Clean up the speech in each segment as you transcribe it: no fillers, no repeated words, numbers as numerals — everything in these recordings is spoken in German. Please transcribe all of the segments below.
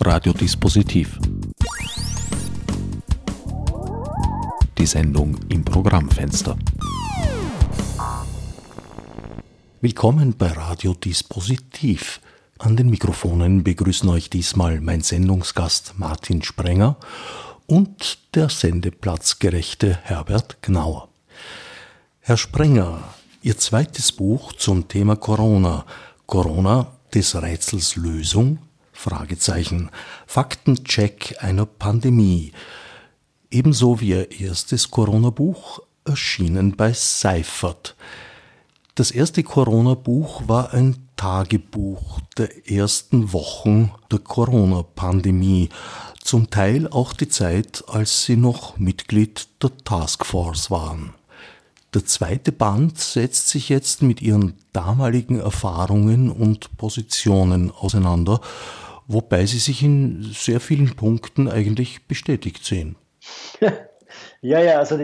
Radiodispositiv. Die Sendung im Programmfenster. Willkommen bei Radiodispositiv. An den Mikrofonen begrüßen euch diesmal mein Sendungsgast Martin Sprenger und der sendeplatzgerechte Herbert Gnauer. Herr Sprenger, Ihr zweites Buch zum Thema Corona, des Rätsels Lösung? Fragezeichen. Faktencheck einer Pandemie. Ebenso wie Ihr erstes Corona-Buch, erschienen bei Seifert. Das erste Corona-Buch war ein Tagebuch der ersten Wochen der Corona-Pandemie, zum Teil auch die Zeit, als Sie noch Mitglied der Taskforce waren. Der zweite Band setzt sich jetzt mit Ihren damaligen Erfahrungen und Positionen auseinander, wobei Sie sich in sehr vielen Punkten eigentlich bestätigt sehen. Also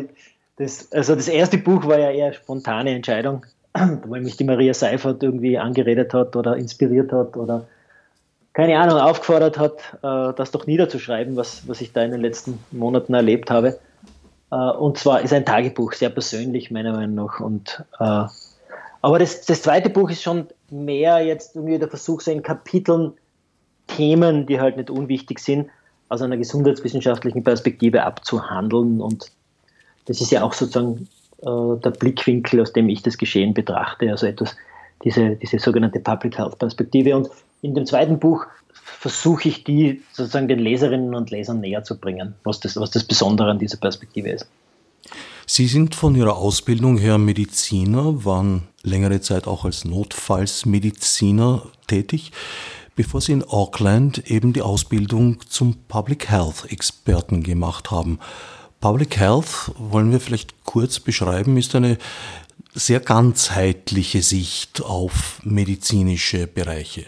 das erste Buch war ja eher eine spontane Entscheidung, weil mich die Maria Seifert irgendwie angeredet hat oder inspiriert hat oder, keine Ahnung, aufgefordert hat, das doch niederzuschreiben, was ich da in den letzten Monaten erlebt habe. Und zwar ist ein Tagebuch, sehr persönlich meiner Meinung nach. Aber das zweite Buch ist schon mehr jetzt irgendwie der Versuch, so in Kapiteln Themen, die halt nicht unwichtig sind, aus einer gesundheitswissenschaftlichen Perspektive abzuhandeln. Und das ist ja auch sozusagen der Blickwinkel, aus dem ich das Geschehen betrachte, also diese sogenannte Public Health Perspektive. Und in dem zweiten Buch versuche ich die sozusagen den Leserinnen und Lesern näher zu bringen, was das Besondere an dieser Perspektive ist. Sie sind von Ihrer Ausbildung her Mediziner, waren längere Zeit auch als Notfallsmediziner tätig, bevor Sie in Auckland eben die Ausbildung zum Public Health Experten gemacht haben. Public Health, wollen wir vielleicht kurz beschreiben, ist eine sehr ganzheitliche Sicht auf medizinische Bereiche.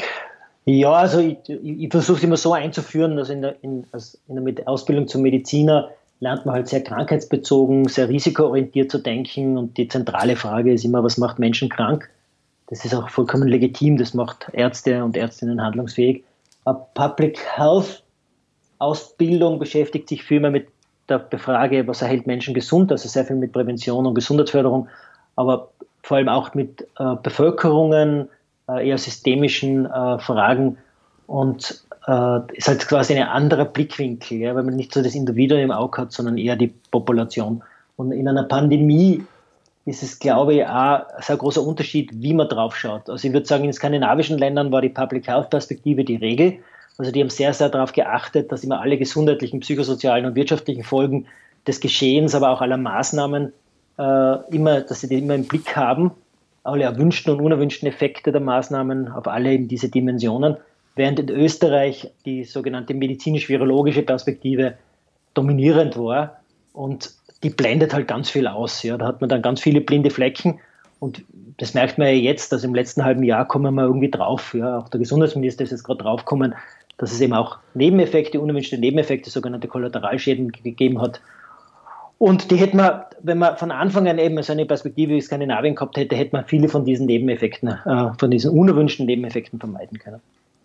Ja, also ich versuche es immer so einzuführen, dass in der Ausbildung zum Mediziner lernt man halt sehr krankheitsbezogen, sehr risikoorientiert zu denken, und die zentrale Frage ist immer, was macht Menschen krank? Das ist auch vollkommen legitim, das macht Ärzte und Ärztinnen handlungsfähig. Aber Public Health Ausbildung beschäftigt sich vielmehr mit der Frage, was erhält Menschen gesund, also sehr viel mit Prävention und Gesundheitsförderung, aber vor allem auch mit Bevölkerungen, eher systemischen Fragen, und ist halt quasi ein anderer Blickwinkel, ja, weil man nicht so das Individuum im Auge hat, sondern eher die Population. Und in einer Pandemie ist es, glaube ich, auch ein sehr großer Unterschied, wie man drauf schaut. Also ich würde sagen, in skandinavischen Ländern war die Public Health Perspektive die Regel. Also die haben sehr, sehr darauf geachtet, dass immer alle gesundheitlichen, psychosozialen und wirtschaftlichen Folgen des Geschehens, aber auch aller Maßnahmen, dass sie die immer im Blick haben, alle erwünschten und unerwünschten Effekte der Maßnahmen auf alle in diese Dimensionen, während in Österreich die sogenannte medizinisch-virologische Perspektive dominierend war, und die blendet halt ganz viel aus. Ja. Da hat man dann ganz viele blinde Flecken, und das merkt man ja jetzt, dass im letzten halben Jahr kommen wir irgendwie drauf. Ja. Auch der Gesundheitsminister ist jetzt gerade draufgekommen, dass es eben auch Nebeneffekte, unerwünschte Nebeneffekte, sogenannte Kollateralschäden gegeben hat. Und die hätte man, wenn man von Anfang an eben so eine Perspektive wie Skandinavien gehabt hätte, hätte man viele von diesen Nebeneffekten, von diesen unerwünschten Nebeneffekten vermeiden können.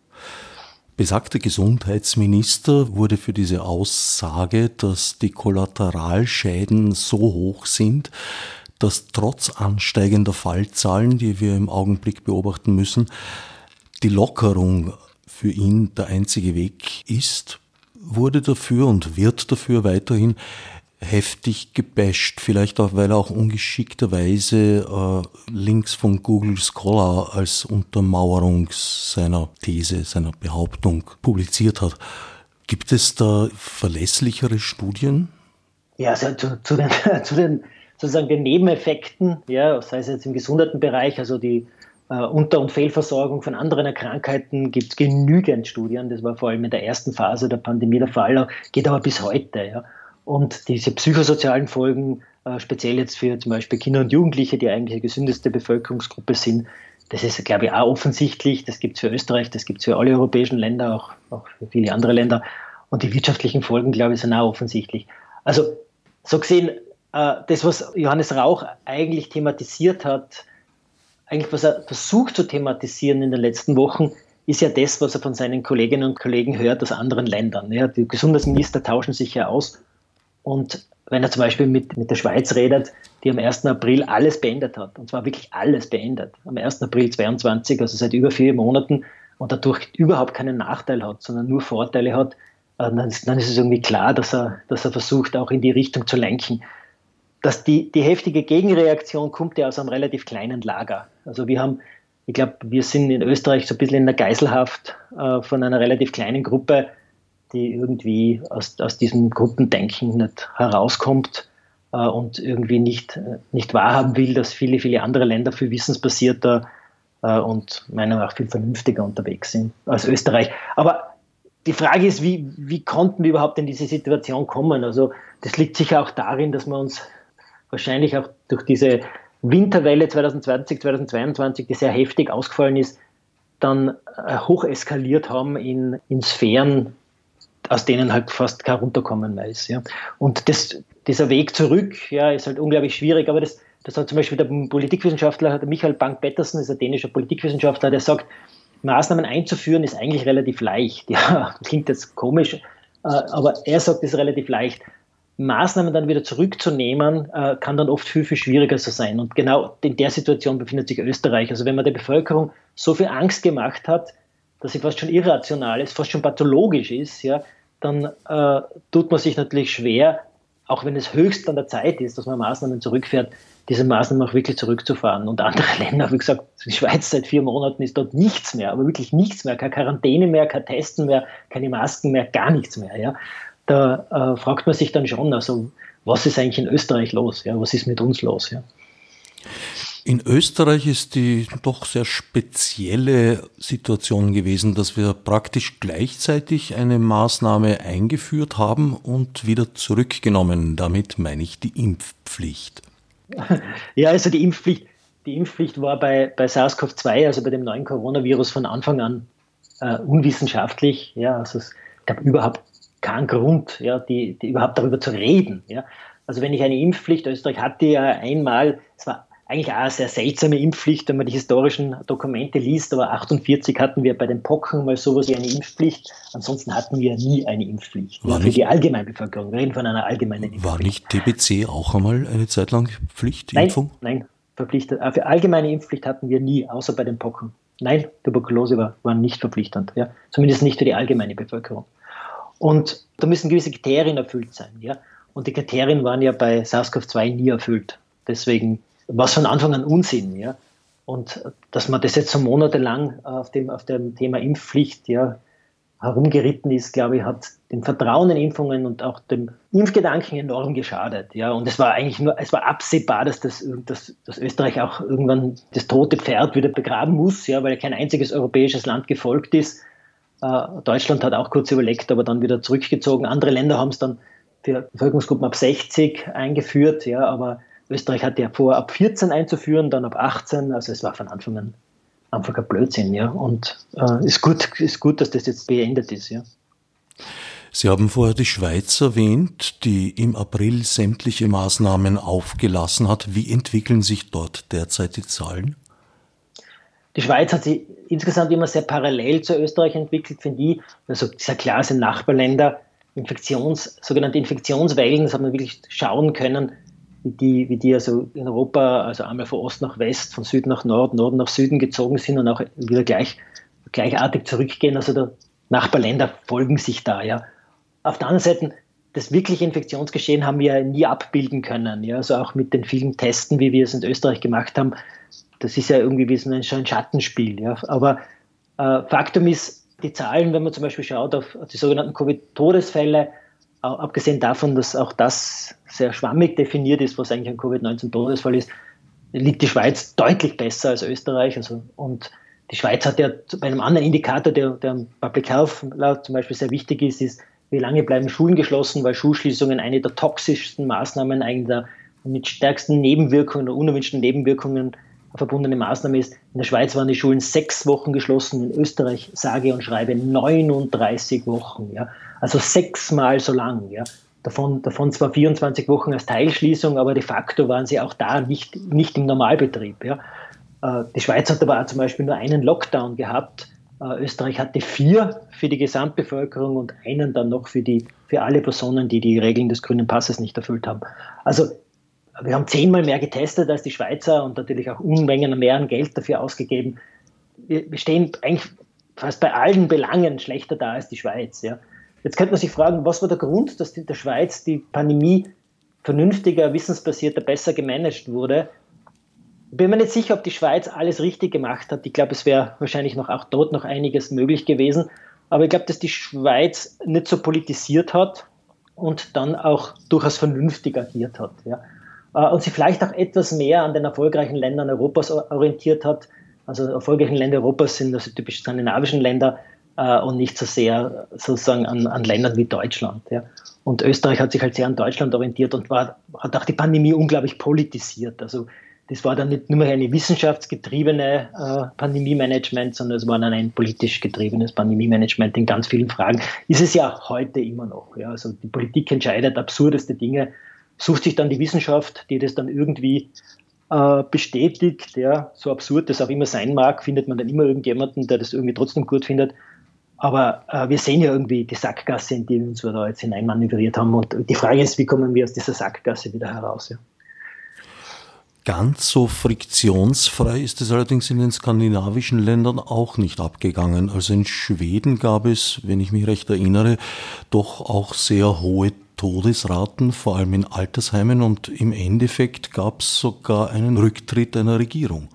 Besagter Gesundheitsminister wurde für diese Aussage, dass die Kollateralschäden so hoch sind, dass trotz ansteigender Fallzahlen, die wir im Augenblick beobachten müssen, die Lockerung für ihn der einzige Weg ist, wurde dafür und wird dafür weiterhin heftig gebasht, vielleicht auch, weil er auch ungeschickterweise Links von Google Scholar als Untermauerung seiner These, seiner Behauptung publiziert hat. Gibt es da verlässlichere Studien? Ja, also zu den sozusagen den Nebeneffekten, ja, sei es jetzt im Gesundheitenbereich, also die Unter- und Fehlversorgung von anderen Krankheiten, gibt es genügend Studien. Das war vor allem in der ersten Phase der Pandemie der Fall, geht aber bis heute. Ja. Und diese psychosozialen Folgen, speziell jetzt für zum Beispiel Kinder und Jugendliche, die eigentlich die gesündeste Bevölkerungsgruppe sind, das ist, glaube ich, auch offensichtlich. Das gibt es für Österreich, das gibt es für alle europäischen Länder, auch für viele andere Länder. Und die wirtschaftlichen Folgen, glaube ich, sind auch offensichtlich. Also so gesehen, das, was Johannes Rauch eigentlich thematisiert hat, eigentlich was er versucht zu thematisieren in den letzten Wochen, ist ja das, was er von seinen Kolleginnen und Kollegen hört aus anderen Ländern. Ja, die Gesundheitsminister tauschen sich ja aus. Und wenn er zum Beispiel mit der Schweiz redet, die am 1. April alles beendet hat, und zwar wirklich alles beendet, am 1. April 2022, also seit über 4 Monaten, und dadurch überhaupt keinen Nachteil hat, sondern nur Vorteile hat, dann ist es irgendwie klar, dass er versucht, auch in die Richtung zu lenken. Dass die heftige Gegenreaktion kommt ja aus einem relativ kleinen Lager. Also ich glaube, wir sind in Österreich so ein bisschen in der Geiselhaft von einer relativ kleinen Gruppe, die irgendwie aus diesem Gruppendenken nicht herauskommt und irgendwie nicht wahrhaben will, dass viele, viele andere Länder viel wissensbasierter und meiner Meinung nach viel vernünftiger unterwegs sind als Österreich. Aber die Frage ist, wie konnten wir überhaupt in diese Situation kommen? Also das liegt sicher auch darin, dass wir uns wahrscheinlich auch durch diese Winterwelle 2020, 2022, die sehr heftig ausgefallen ist, dann hoch eskaliert haben in Sphären, aus denen halt fast kein Runterkommen mehr ist. Ja. Und dieser Weg zurück ist halt unglaublich schwierig, aber das hat zum Beispiel der Politikwissenschaftler, der Michael Bang-Petersen, ist ein dänischer Politikwissenschaftler, der sagt, Maßnahmen einzuführen ist eigentlich relativ leicht. Ja, klingt jetzt komisch, aber er sagt, es ist relativ leicht. Maßnahmen dann wieder zurückzunehmen, kann dann oft viel, viel schwieriger so sein. Und genau in der Situation befindet sich Österreich. Also wenn man der Bevölkerung so viel Angst gemacht hat, dass sie fast schon irrational ist, fast schon pathologisch ist, ja, dann tut man sich natürlich schwer, auch wenn es höchst an der Zeit ist, dass man Maßnahmen zurückfährt, diese Maßnahmen auch wirklich zurückzufahren. Und andere Länder, wie gesagt, die Schweiz seit 4 Monaten ist dort nichts mehr, aber wirklich nichts mehr, keine Quarantäne mehr, kein Testen mehr, keine Masken mehr, gar nichts mehr. Ja. Da fragt man sich dann schon, also was ist eigentlich in Österreich los? Ja? Was ist mit uns los? Ja? In Österreich ist die doch sehr spezielle Situation gewesen, dass wir praktisch gleichzeitig eine Maßnahme eingeführt haben und wieder zurückgenommen. Damit meine ich die Impfpflicht. Ja, also die Impfpflicht war bei SARS-CoV-2, also bei dem neuen Coronavirus, von Anfang an unwissenschaftlich. Ja, also es gab überhaupt keinen Grund, ja, die überhaupt darüber zu reden. Ja. Also wenn ich eine Impfpflicht, Österreich hatte ja einmal, es war eigentlich auch eine sehr seltsame Impfpflicht, wenn man die historischen Dokumente liest, aber 1948 hatten wir bei den Pocken mal sowas wie eine Impfpflicht, ansonsten hatten wir nie eine Impfpflicht. Für die Allgemeinbevölkerung, wir reden von einer allgemeinen Impfpflicht. War nicht TBC auch einmal eine Zeit lang Pflicht, Impfung? Nein, verpflichtet. Für allgemeine Impfpflicht hatten wir nie, außer bei den Pocken. Nein, Tuberkulose war nicht verpflichtend, ja, zumindest nicht für die allgemeine Bevölkerung. Und da müssen gewisse Kriterien erfüllt sein. Ja? Und die Kriterien waren ja bei SARS-CoV-2 nie erfüllt. Deswegen war es von Anfang an Unsinn. Ja? Und dass man das jetzt so monatelang auf dem Thema Impfpflicht herumgeritten ist, glaube ich, hat dem Vertrauen in Impfungen und auch dem Impfgedanken enorm geschadet. Ja? Und es war absehbar, dass Österreich auch irgendwann das tote Pferd wieder begraben muss, ja? Weil kein einziges europäisches Land gefolgt ist. Deutschland hat auch kurz überlegt, aber dann wieder zurückgezogen. Andere Länder haben es dann für Bevölkerungsgruppen ab 60 eingeführt, ja, aber Österreich hatte ja vor, ab 14 einzuführen, dann ab 18. Also es war von Anfang an einfach ein Blödsinn, ja. Und ist gut, dass das jetzt beendet ist, ja. Sie haben vorher die Schweiz erwähnt, die im April sämtliche Maßnahmen aufgelassen hat. Wie entwickeln sich dort derzeit die Zahlen? Die Schweiz hat sich insgesamt immer sehr parallel zu Österreich entwickelt, finde ich. Also ist ja klar, es sind Nachbarländer, sogenannte Infektionswellen, das hat man wirklich schauen können, wie die also in Europa, also einmal von Ost nach West, von Süden nach Nord, Norden nach Süden gezogen sind und auch wieder gleichartig zurückgehen. Also die Nachbarländer folgen sich da, ja. Auf der anderen Seite, das wirkliche Infektionsgeschehen haben wir ja nie abbilden können, ja. Also auch mit den vielen Testen, wie wir es in Österreich gemacht haben, das ist ja irgendwie wie so ein Schattenspiel. Ja. Aber Faktum ist, die Zahlen, wenn man zum Beispiel schaut auf die sogenannten Covid-Todesfälle, abgesehen davon, dass auch das sehr schwammig definiert ist, was eigentlich ein Covid-19-Todesfall ist, liegt die Schweiz deutlich besser als Österreich. Also, und die Schweiz hat ja bei einem anderen Indikator, der im Public Health Law zum Beispiel sehr wichtig ist, wie lange bleiben Schulen geschlossen, weil Schulschließungen eine der toxischsten Maßnahmen, eine der mit stärksten Nebenwirkungen oder unerwünschten Nebenwirkungen verbundene Maßnahme ist. In der Schweiz waren die Schulen 6 Wochen geschlossen, in Österreich sage und schreibe 39 Wochen. Ja. Also 6-mal so lang. Ja. Davon zwar 24 Wochen als Teilschließung, aber de facto waren sie auch da nicht im Normalbetrieb. Ja. Die Schweiz hat aber auch zum Beispiel nur einen Lockdown gehabt Österreich hatte 4 für die Gesamtbevölkerung und einen dann noch für alle Personen, die die Regeln des grünen Passes nicht erfüllt haben. Also wir haben 10-mal mehr getestet als die Schweizer und natürlich auch Unmengen mehr an Geld dafür ausgegeben. Wir stehen eigentlich fast bei allen Belangen schlechter da als die Schweiz. Ja. Jetzt könnte man sich fragen, was war der Grund, dass in der Schweiz die Pandemie vernünftiger, wissensbasierter, besser gemanagt wurde? Ich bin mir nicht sicher, ob die Schweiz alles richtig gemacht hat. Ich glaube, es wäre wahrscheinlich auch dort noch einiges möglich gewesen. Aber ich glaube, dass die Schweiz nicht so politisiert hat und dann auch durchaus vernünftig agiert hat. Ja. Und sich vielleicht auch etwas mehr an den erfolgreichen Ländern Europas orientiert hat. Also erfolgreichen Länder Europas sind also typisch skandinavischen Länder und nicht so sehr sozusagen an Ländern wie Deutschland. Ja. Und Österreich hat sich halt sehr an Deutschland orientiert und hat auch die Pandemie unglaublich politisiert. Also das war dann nicht nur mehr eine wissenschaftsgetriebene Pandemie-Management, sondern es war dann ein politisch getriebenes Pandemie-Management in ganz vielen Fragen. Ist es ja heute immer noch. Ja. Also die Politik entscheidet absurdeste Dinge, sucht sich dann die Wissenschaft, die das dann irgendwie bestätigt. Ja. So absurd das auch immer sein mag, findet man dann immer irgendjemanden, der das irgendwie trotzdem gut findet. Aber wir sehen ja irgendwie die Sackgasse, in die wir uns da jetzt hineinmanövriert haben. Und die Frage ist, wie kommen wir aus dieser Sackgasse wieder heraus? Ja. Ganz so friktionsfrei ist es allerdings in den skandinavischen Ländern auch nicht abgegangen. Also in Schweden gab es, wenn ich mich recht erinnere, doch auch sehr hohe Todesraten, vor allem in Altersheimen, und im Endeffekt gab es sogar einen Rücktritt einer Regierung.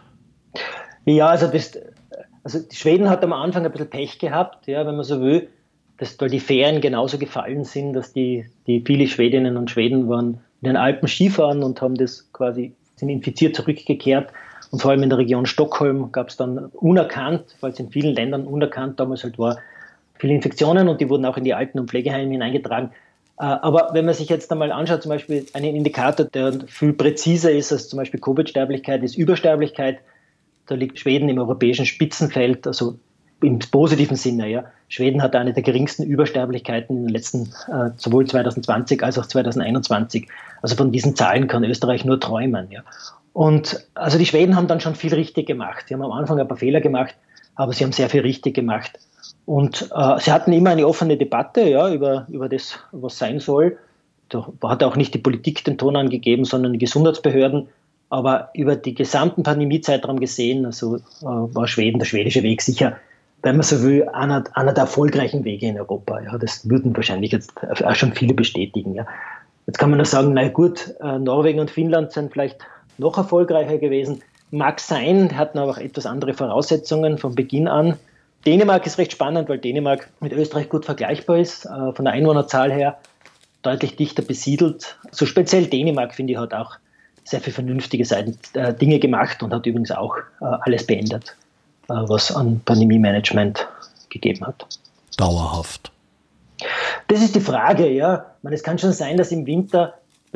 Ja, also die Schweden hat am Anfang ein bisschen Pech gehabt, ja, wenn man so will, weil die Ferien genauso gefallen sind, dass die viele Schwedinnen und Schweden waren in den Alpen Skifahren und haben das quasi, sind infiziert zurückgekehrt. Und vor allem in der Region Stockholm gab es dann unerkannt, weil es in vielen Ländern unerkannt damals halt war, viele Infektionen und die wurden auch in die Alten- und Pflegeheime hineingetragen. Aber wenn man sich jetzt einmal anschaut, zum Beispiel einen Indikator, der viel präziser ist als zum Beispiel Covid-Sterblichkeit, ist Übersterblichkeit. Da liegt Schweden im europäischen Spitzenfeld, also im positiven Sinne. Ja. Schweden hat eine der geringsten Übersterblichkeiten in den letzten, sowohl 2020 als auch 2021. Also von diesen Zahlen kann Österreich nur träumen. Ja. Und also die Schweden haben dann schon viel richtig gemacht. Sie haben am Anfang ein paar Fehler gemacht, aber sie haben sehr viel richtig gemacht. Und sie hatten immer eine offene Debatte, ja, über das, was sein soll. Da hat auch nicht die Politik den Ton angegeben, sondern die Gesundheitsbehörden. Aber über die gesamten Pandemiezeitraum gesehen, also war Schweden, der schwedische Weg sicher, wenn man so will, einer der erfolgreichen Wege in Europa. Ja, das würden wahrscheinlich jetzt auch schon viele bestätigen. Ja. Jetzt kann man nur sagen, na gut, Norwegen und Finnland sind vielleicht noch erfolgreicher gewesen. Mag sein, hatten aber auch etwas andere Voraussetzungen von Beginn an. Dänemark ist recht spannend, weil Dänemark mit Österreich gut vergleichbar ist, von der Einwohnerzahl her deutlich dichter besiedelt. So speziell Dänemark, finde ich, hat auch sehr viel vernünftige Dinge gemacht und hat übrigens auch alles beendet, was an Pandemie-Management gegeben hat. Dauerhaft. Das ist die Frage, ja. Es kann schon sein, dass im Winter,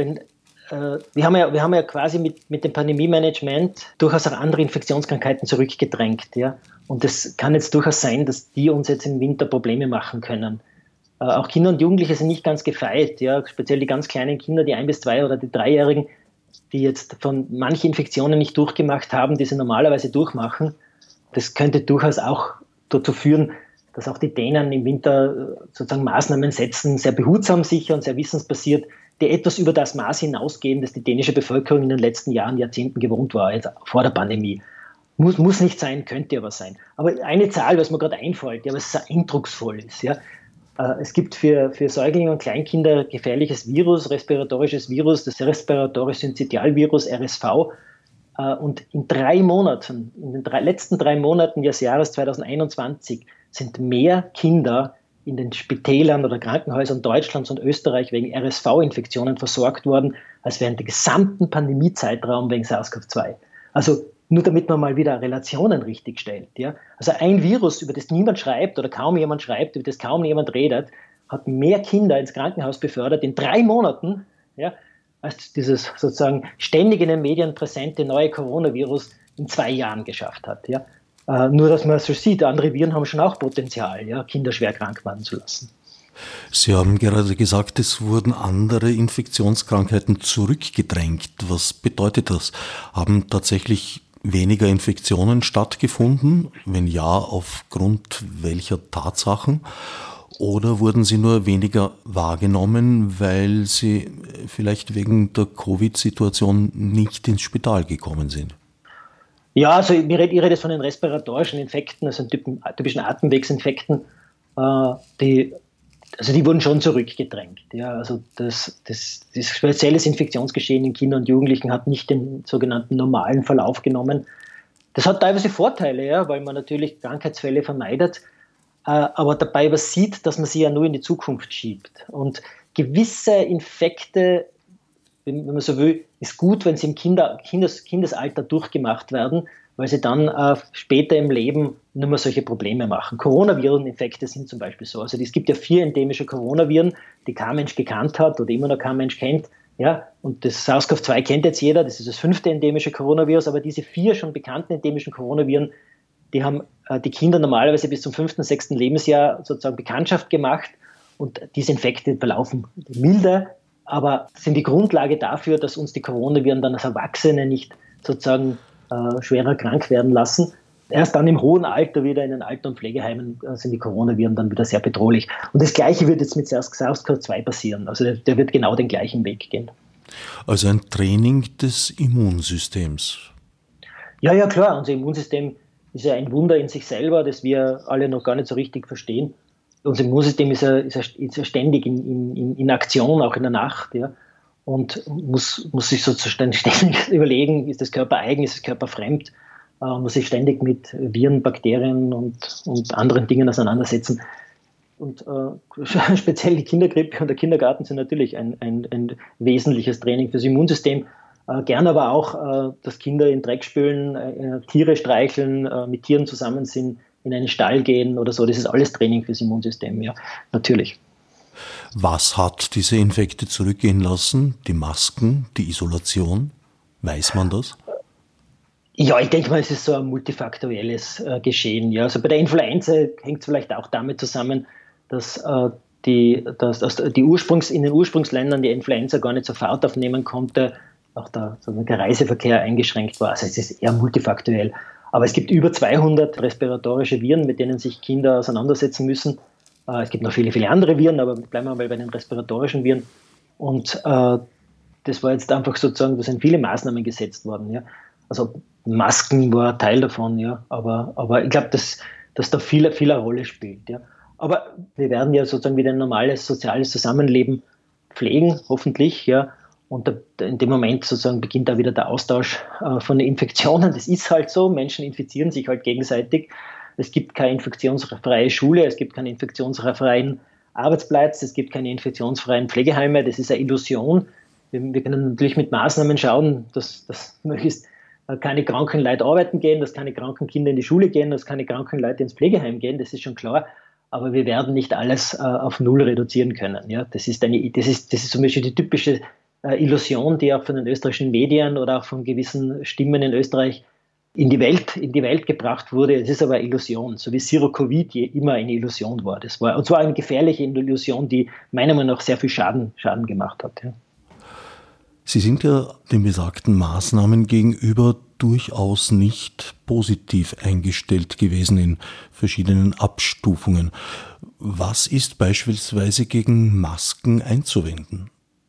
wir haben ja quasi mit dem Pandemie-Management durchaus auch andere Infektionskrankheiten zurückgedrängt, ja. Und es kann jetzt durchaus sein, dass die uns jetzt im Winter Probleme machen können. Auch Kinder und Jugendliche sind nicht ganz gefeit, ja. Speziell die ganz kleinen Kinder, die 1 bis 2 oder die 3-Jährigen, die jetzt von manchen Infektionen nicht durchgemacht haben, die sie normalerweise durchmachen. Das könnte durchaus auch dazu führen, dass auch die Dänen im Winter sozusagen Maßnahmen setzen, sehr behutsam sicher und sehr wissensbasiert, die etwas über das Maß hinausgehen, das die dänische Bevölkerung in den letzten Jahren, Jahrzehnten gewohnt war, jetzt vor der Pandemie. Muss nicht sein, könnte aber sein. Aber eine Zahl, was mir gerade einfällt, ja, was sehr eindrucksvoll ist, ja. Es gibt für Säuglinge und Kleinkinder gefährliches Virus, respiratorisches Virus, das Respiratorisches-Synzytialvirus, RSV. Und in 3 Monaten, in den letzten 3 Monaten des Jahres 2021 sind mehr Kinder in den Spitälern oder Krankenhäusern Deutschlands und Österreich wegen RSV-Infektionen versorgt worden, als während der gesamten Pandemiezeitraum wegen SARS-CoV-2. Also nur damit man mal wieder Relationen richtig stellt. Ja? Also ein Virus, über das niemand schreibt oder kaum jemand schreibt, über das kaum jemand redet, hat mehr Kinder ins Krankenhaus befördert in 3 Monaten, ja, als dieses sozusagen ständig in den Medien präsente neue Coronavirus in 2 Jahren geschafft hat. Ja? Nur, dass man so sieht, andere Viren haben schon auch Potenzial, ja, Kinder schwer krank werden zu lassen. Sie haben gerade gesagt, es wurden andere Infektionskrankheiten zurückgedrängt. Was bedeutet das? Haben tatsächlich weniger Infektionen stattgefunden? Wenn ja, aufgrund welcher Tatsachen? Oder wurden sie nur weniger wahrgenommen, weil sie vielleicht wegen der Covid-Situation nicht ins Spital gekommen sind? Ja, also ich rede jetzt von den respiratorischen Infekten, also typischen Atemwegsinfekten, die wurden schon zurückgedrängt. Ja, also das spezielles Infektionsgeschehen in Kindern und Jugendlichen hat nicht den sogenannten normalen Verlauf genommen. Das hat teilweise Vorteile, ja, weil man natürlich Krankheitsfälle vermeidet, aber dabei übersieht, dass man sie ja nur in die Zukunft schiebt. Und gewisse Infekte, wenn man so will, ist gut, wenn sie im Kindesalter durchgemacht werden, weil sie dann später im Leben nicht mehr solche Probleme machen. Coronaviren-Infekte sind zum Beispiel so. Also es gibt ja 4 endemische Coronaviren, die kein Mensch gekannt hat oder immer noch kein Mensch kennt. Ja, und das SARS-CoV-2 kennt jetzt jeder, das ist das 5. endemische Coronavirus, aber diese 4 schon bekannten endemischen Coronaviren, die haben die Kinder normalerweise bis zum 5., 6. Lebensjahr sozusagen Bekanntschaft gemacht und diese Infekte verlaufen milde, aber sind die Grundlage dafür, dass uns die Coronaviren dann als Erwachsene nicht sozusagen schwerer krank werden lassen. Erst dann im hohen Alter wieder in den Alten- und Pflegeheimen sind die Coronaviren dann wieder sehr bedrohlich. Und das Gleiche wird jetzt mit SARS-CoV-2 passieren. Also der wird genau den gleichen Weg gehen. Also ein Training des Immunsystems. Ja, klar. Unser Immunsystem ist ja ein Wunder in sich selber, das wir alle noch gar nicht so richtig verstehen. Unser Immunsystem ist ja ständig in Aktion, auch in der Nacht, ja, und muss sich sozusagen ständig überlegen, ist das Körper eigen, ist das Körper fremd, muss sich ständig mit Viren, Bakterien und anderen Dingen auseinandersetzen. Und speziell die Kindergrippe und der Kindergarten sind natürlich ein wesentliches Training fürs Immunsystem. Gern aber auch, dass Kinder in Dreck spülen, Tiere streicheln, mit Tieren zusammen sind, in einen Stall gehen oder so. Das ist alles Training fürs Immunsystem, ja, natürlich. Was hat diese Infekte zurückgehen lassen? Die Masken, die Isolation? Weiß man das? Ja, ich denke mal, es ist so ein multifaktorielles Geschehen. Ja. Also bei der Influenza hängt es vielleicht auch damit zusammen, dass in den Ursprungsländern die Influenza gar nicht so Fahrt aufnehmen konnte, auch der Reiseverkehr eingeschränkt war. Also es ist eher multifaktoriell. Aber es gibt über 200 respiratorische Viren, mit denen sich Kinder auseinandersetzen müssen. Es gibt noch viele, viele andere Viren, aber bleiben wir mal bei den respiratorischen Viren. Und das war jetzt einfach sozusagen, da sind viele Maßnahmen gesetzt worden. Ja. Also Masken war Teil davon, ja. Aber ich glaube, dass da viel eine Rolle spielt. Ja. Aber wir werden ja sozusagen wieder ein normales soziales Zusammenleben pflegen, hoffentlich, ja. Und in dem Moment sozusagen beginnt da wieder der Austausch von den Infektionen. Das ist halt so. Menschen infizieren sich halt gegenseitig. Es gibt keine infektionsfreie Schule, es gibt keinen infektionsfreien Arbeitsplatz, es gibt keine infektionsfreien Pflegeheime. Das ist eine Illusion. Wir können natürlich mit Maßnahmen schauen, dass möglichst keine kranken Leute arbeiten gehen, dass keine kranken Kinder in die Schule gehen, dass keine kranken Leute ins Pflegeheim gehen. Das ist schon klar. Aber wir werden nicht alles auf Null reduzieren können. Ja? Das ist zum Beispiel die typische Illusion, die auch von den österreichischen Medien oder auch von gewissen Stimmen in Österreich in die Welt gebracht wurde. Es ist aber eine Illusion, so wie Zero-Covid immer eine Illusion war. Und zwar eine gefährliche Illusion, die meiner Meinung nach sehr viel Schaden gemacht hat. Ja. Sie sind ja den besagten Maßnahmen gegenüber durchaus nicht positiv eingestellt gewesen in verschiedenen Abstufungen. Was ist beispielsweise gegen Masken einzuwenden?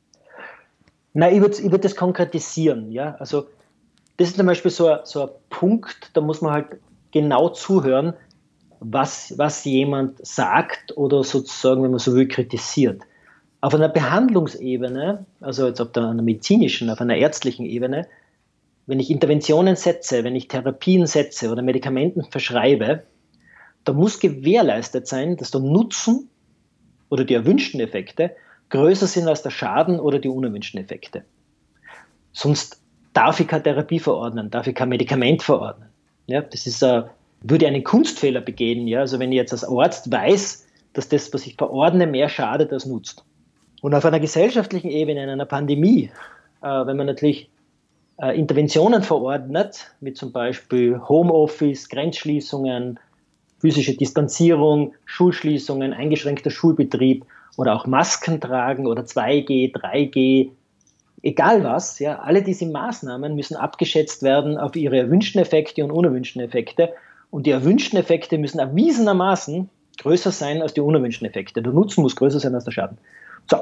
Na, ich würd das konkretisieren. Ja? Also das ist zum Beispiel so ein Punkt, da muss man halt genau zuhören, was jemand sagt oder sozusagen, wenn man so will, kritisiert. Auf einer Behandlungsebene, also jetzt auf einer medizinischen, auf einer ärztlichen Ebene, wenn ich Interventionen setze, wenn ich Therapien setze oder Medikamenten verschreibe, da muss gewährleistet sein, dass der Nutzen oder die erwünschten Effekte größer sind als der Schaden oder die unerwünschten Effekte. Sonst darf ich keine Therapie verordnen, darf ich kein Medikament verordnen. Ja, das ist, würde einen Kunstfehler begehen. Ja? Also wenn ich jetzt als Arzt weiß, dass das, was ich verordne, mehr schadet als nutzt. Und auf einer gesellschaftlichen Ebene, in einer Pandemie, wenn man natürlich Interventionen verordnet, wie zum Beispiel Homeoffice, Grenzschließungen, physische Distanzierung, Schulschließungen, eingeschränkter Schulbetrieb oder auch Masken tragen oder 2G, 3G, egal was, ja, alle diese Maßnahmen müssen abgeschätzt werden auf ihre erwünschten Effekte und unerwünschten Effekte. Und die erwünschten Effekte müssen erwiesenermaßen größer sein als die unerwünschten Effekte. Der Nutzen muss größer sein als der Schaden. So.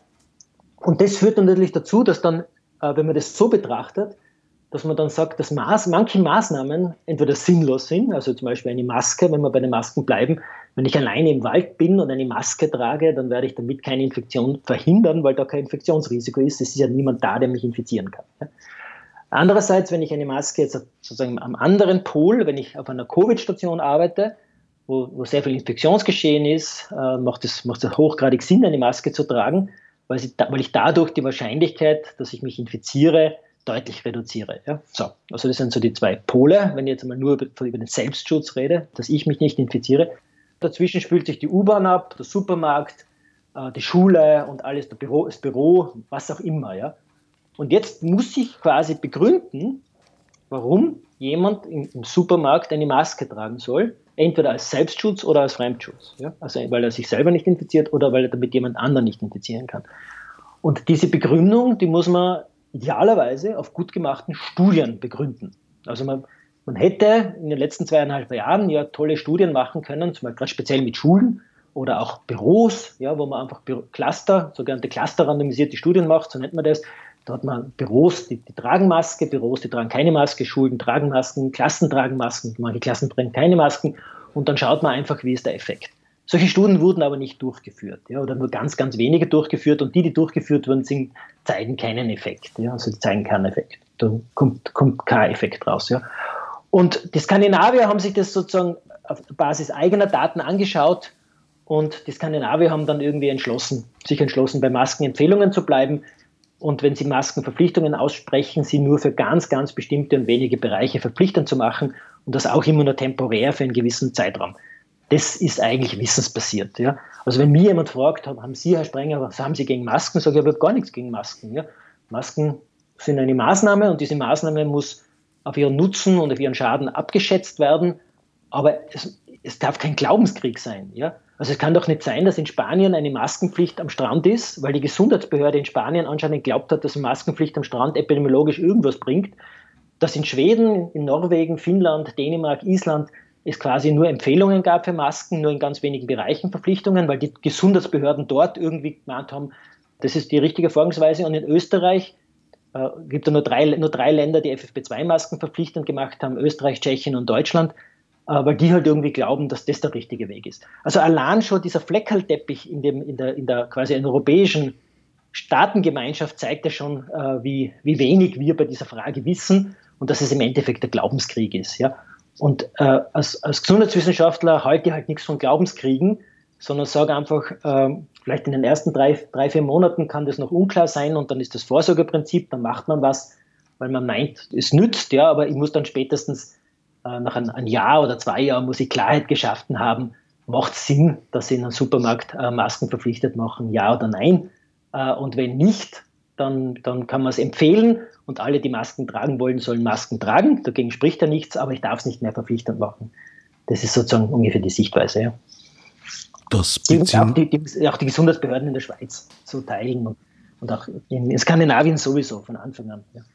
Und das führt dann natürlich dazu, dass dann, wenn man das so betrachtet, dass man dann sagt, dass manche Maßnahmen entweder sinnlos sind, also zum Beispiel eine Maske, wenn wir bei den Masken bleiben. Wenn ich alleine im Wald bin und eine Maske trage, dann werde ich damit keine Infektion verhindern, weil da kein Infektionsrisiko ist. Es ist ja niemand da, der mich infizieren kann. Ja. Andererseits, wenn ich eine Maske jetzt sozusagen am anderen Pol, wenn ich auf einer Covid-Station arbeite, wo sehr viel Infektionsgeschehen ist, macht es hochgradig Sinn, eine Maske zu tragen, weil ich dadurch die Wahrscheinlichkeit, dass ich mich infiziere, deutlich reduziere. Ja? So, also das sind so die zwei Pole, wenn ich jetzt mal nur über den Selbstschutz rede, dass ich mich nicht infiziere. Dazwischen spült sich die U-Bahn ab, der Supermarkt, die Schule und alles, das Büro, was auch immer. Ja? Und jetzt muss ich quasi begründen, warum jemand im Supermarkt eine Maske tragen soll, entweder als Selbstschutz oder als Fremdschutz. Ja? Also weil er sich selber nicht infiziert oder weil er damit jemand anderen nicht infizieren kann. Und diese Begründung, die muss man idealerweise auf gut gemachten Studien begründen. Also man hätte in den letzten 2,5 Jahren ja tolle Studien machen können, zum Beispiel gerade speziell mit Schulen oder auch Büros, ja, wo man einfach sogenannte clusterrandomisierte Studien macht, so nennt man das. Da hat man Büros, die tragen Maske, Büros, die tragen keine Maske, Schulen tragen Masken, Klassen tragen Masken, manche Klassen tragen keine Masken und dann schaut man einfach, wie ist der Effekt. Solche Studien wurden aber nicht durchgeführt, ja, oder nur ganz, ganz wenige durchgeführt und die durchgeführt wurden, zeigen keinen Effekt, ja, also die zeigen keinen Effekt. Da kommt kein Effekt raus. Ja. Und die Skandinavier haben sich das sozusagen auf Basis eigener Daten angeschaut und die Skandinavier haben dann irgendwie sich entschlossen, bei Maskenempfehlungen zu bleiben und wenn sie Maskenverpflichtungen aussprechen, sie nur für ganz, ganz bestimmte und wenige Bereiche verpflichtend zu machen und das auch immer nur temporär für einen gewissen Zeitraum. Das ist eigentlich wissensbasiert. Ja. Also wenn mir jemand fragt, haben Sie, Herr Sprenger, was haben Sie gegen Masken, sage ich, ich habe gar nichts gegen Masken. Ja. Masken sind eine Maßnahme und diese Maßnahme muss auf ihren Nutzen und auf ihren Schaden abgeschätzt werden, aber es darf kein Glaubenskrieg sein. Ja. Also es kann doch nicht sein, dass in Spanien eine Maskenpflicht am Strand ist, weil die Gesundheitsbehörde in Spanien anscheinend geglaubt hat, dass eine Maskenpflicht am Strand epidemiologisch irgendwas bringt, dass in Schweden, in Norwegen, Finnland, Dänemark, Island es quasi nur Empfehlungen gab für Masken, nur in ganz wenigen Bereichen Verpflichtungen, weil die Gesundheitsbehörden dort irgendwie gemeint haben, das ist die richtige Vorgangsweise. Und in Österreich gibt es nur drei Länder, die FFP2-Masken verpflichtend gemacht haben, Österreich, Tschechien und Deutschland, weil die halt irgendwie glauben, dass das der richtige Weg ist. Also allein schon dieser Fleckerlteppich in der quasi europäischen Staatengemeinschaft zeigt ja schon, wie wenig wir bei dieser Frage wissen und dass es im Endeffekt der Glaubenskrieg ist. Ja? Und als Gesundheitswissenschaftler halte ich halt nichts von Glaubenskriegen, sondern sage einfach, vielleicht in den ersten 3-4 Monaten kann das noch unklar sein und dann ist das Vorsorgeprinzip, dann macht man was, weil man meint, es nützt, ja, aber ich muss dann spätestens nach ein Jahr oder 2 Jahren muss ich Klarheit geschaffen haben, macht es Sinn, dass sie in einem Supermarkt Masken verpflichtet machen, ja oder nein? Und wenn nicht, dann kann man es empfehlen und alle, die Masken tragen wollen, sollen Masken tragen. Dagegen spricht ja nichts, aber ich darf es nicht mehr verpflichtend machen. Das ist sozusagen ungefähr die Sichtweise. Ja. Auch die Gesundheitsbehörden in der Schweiz so teilen und auch in Skandinavien sowieso von Anfang an. Ja.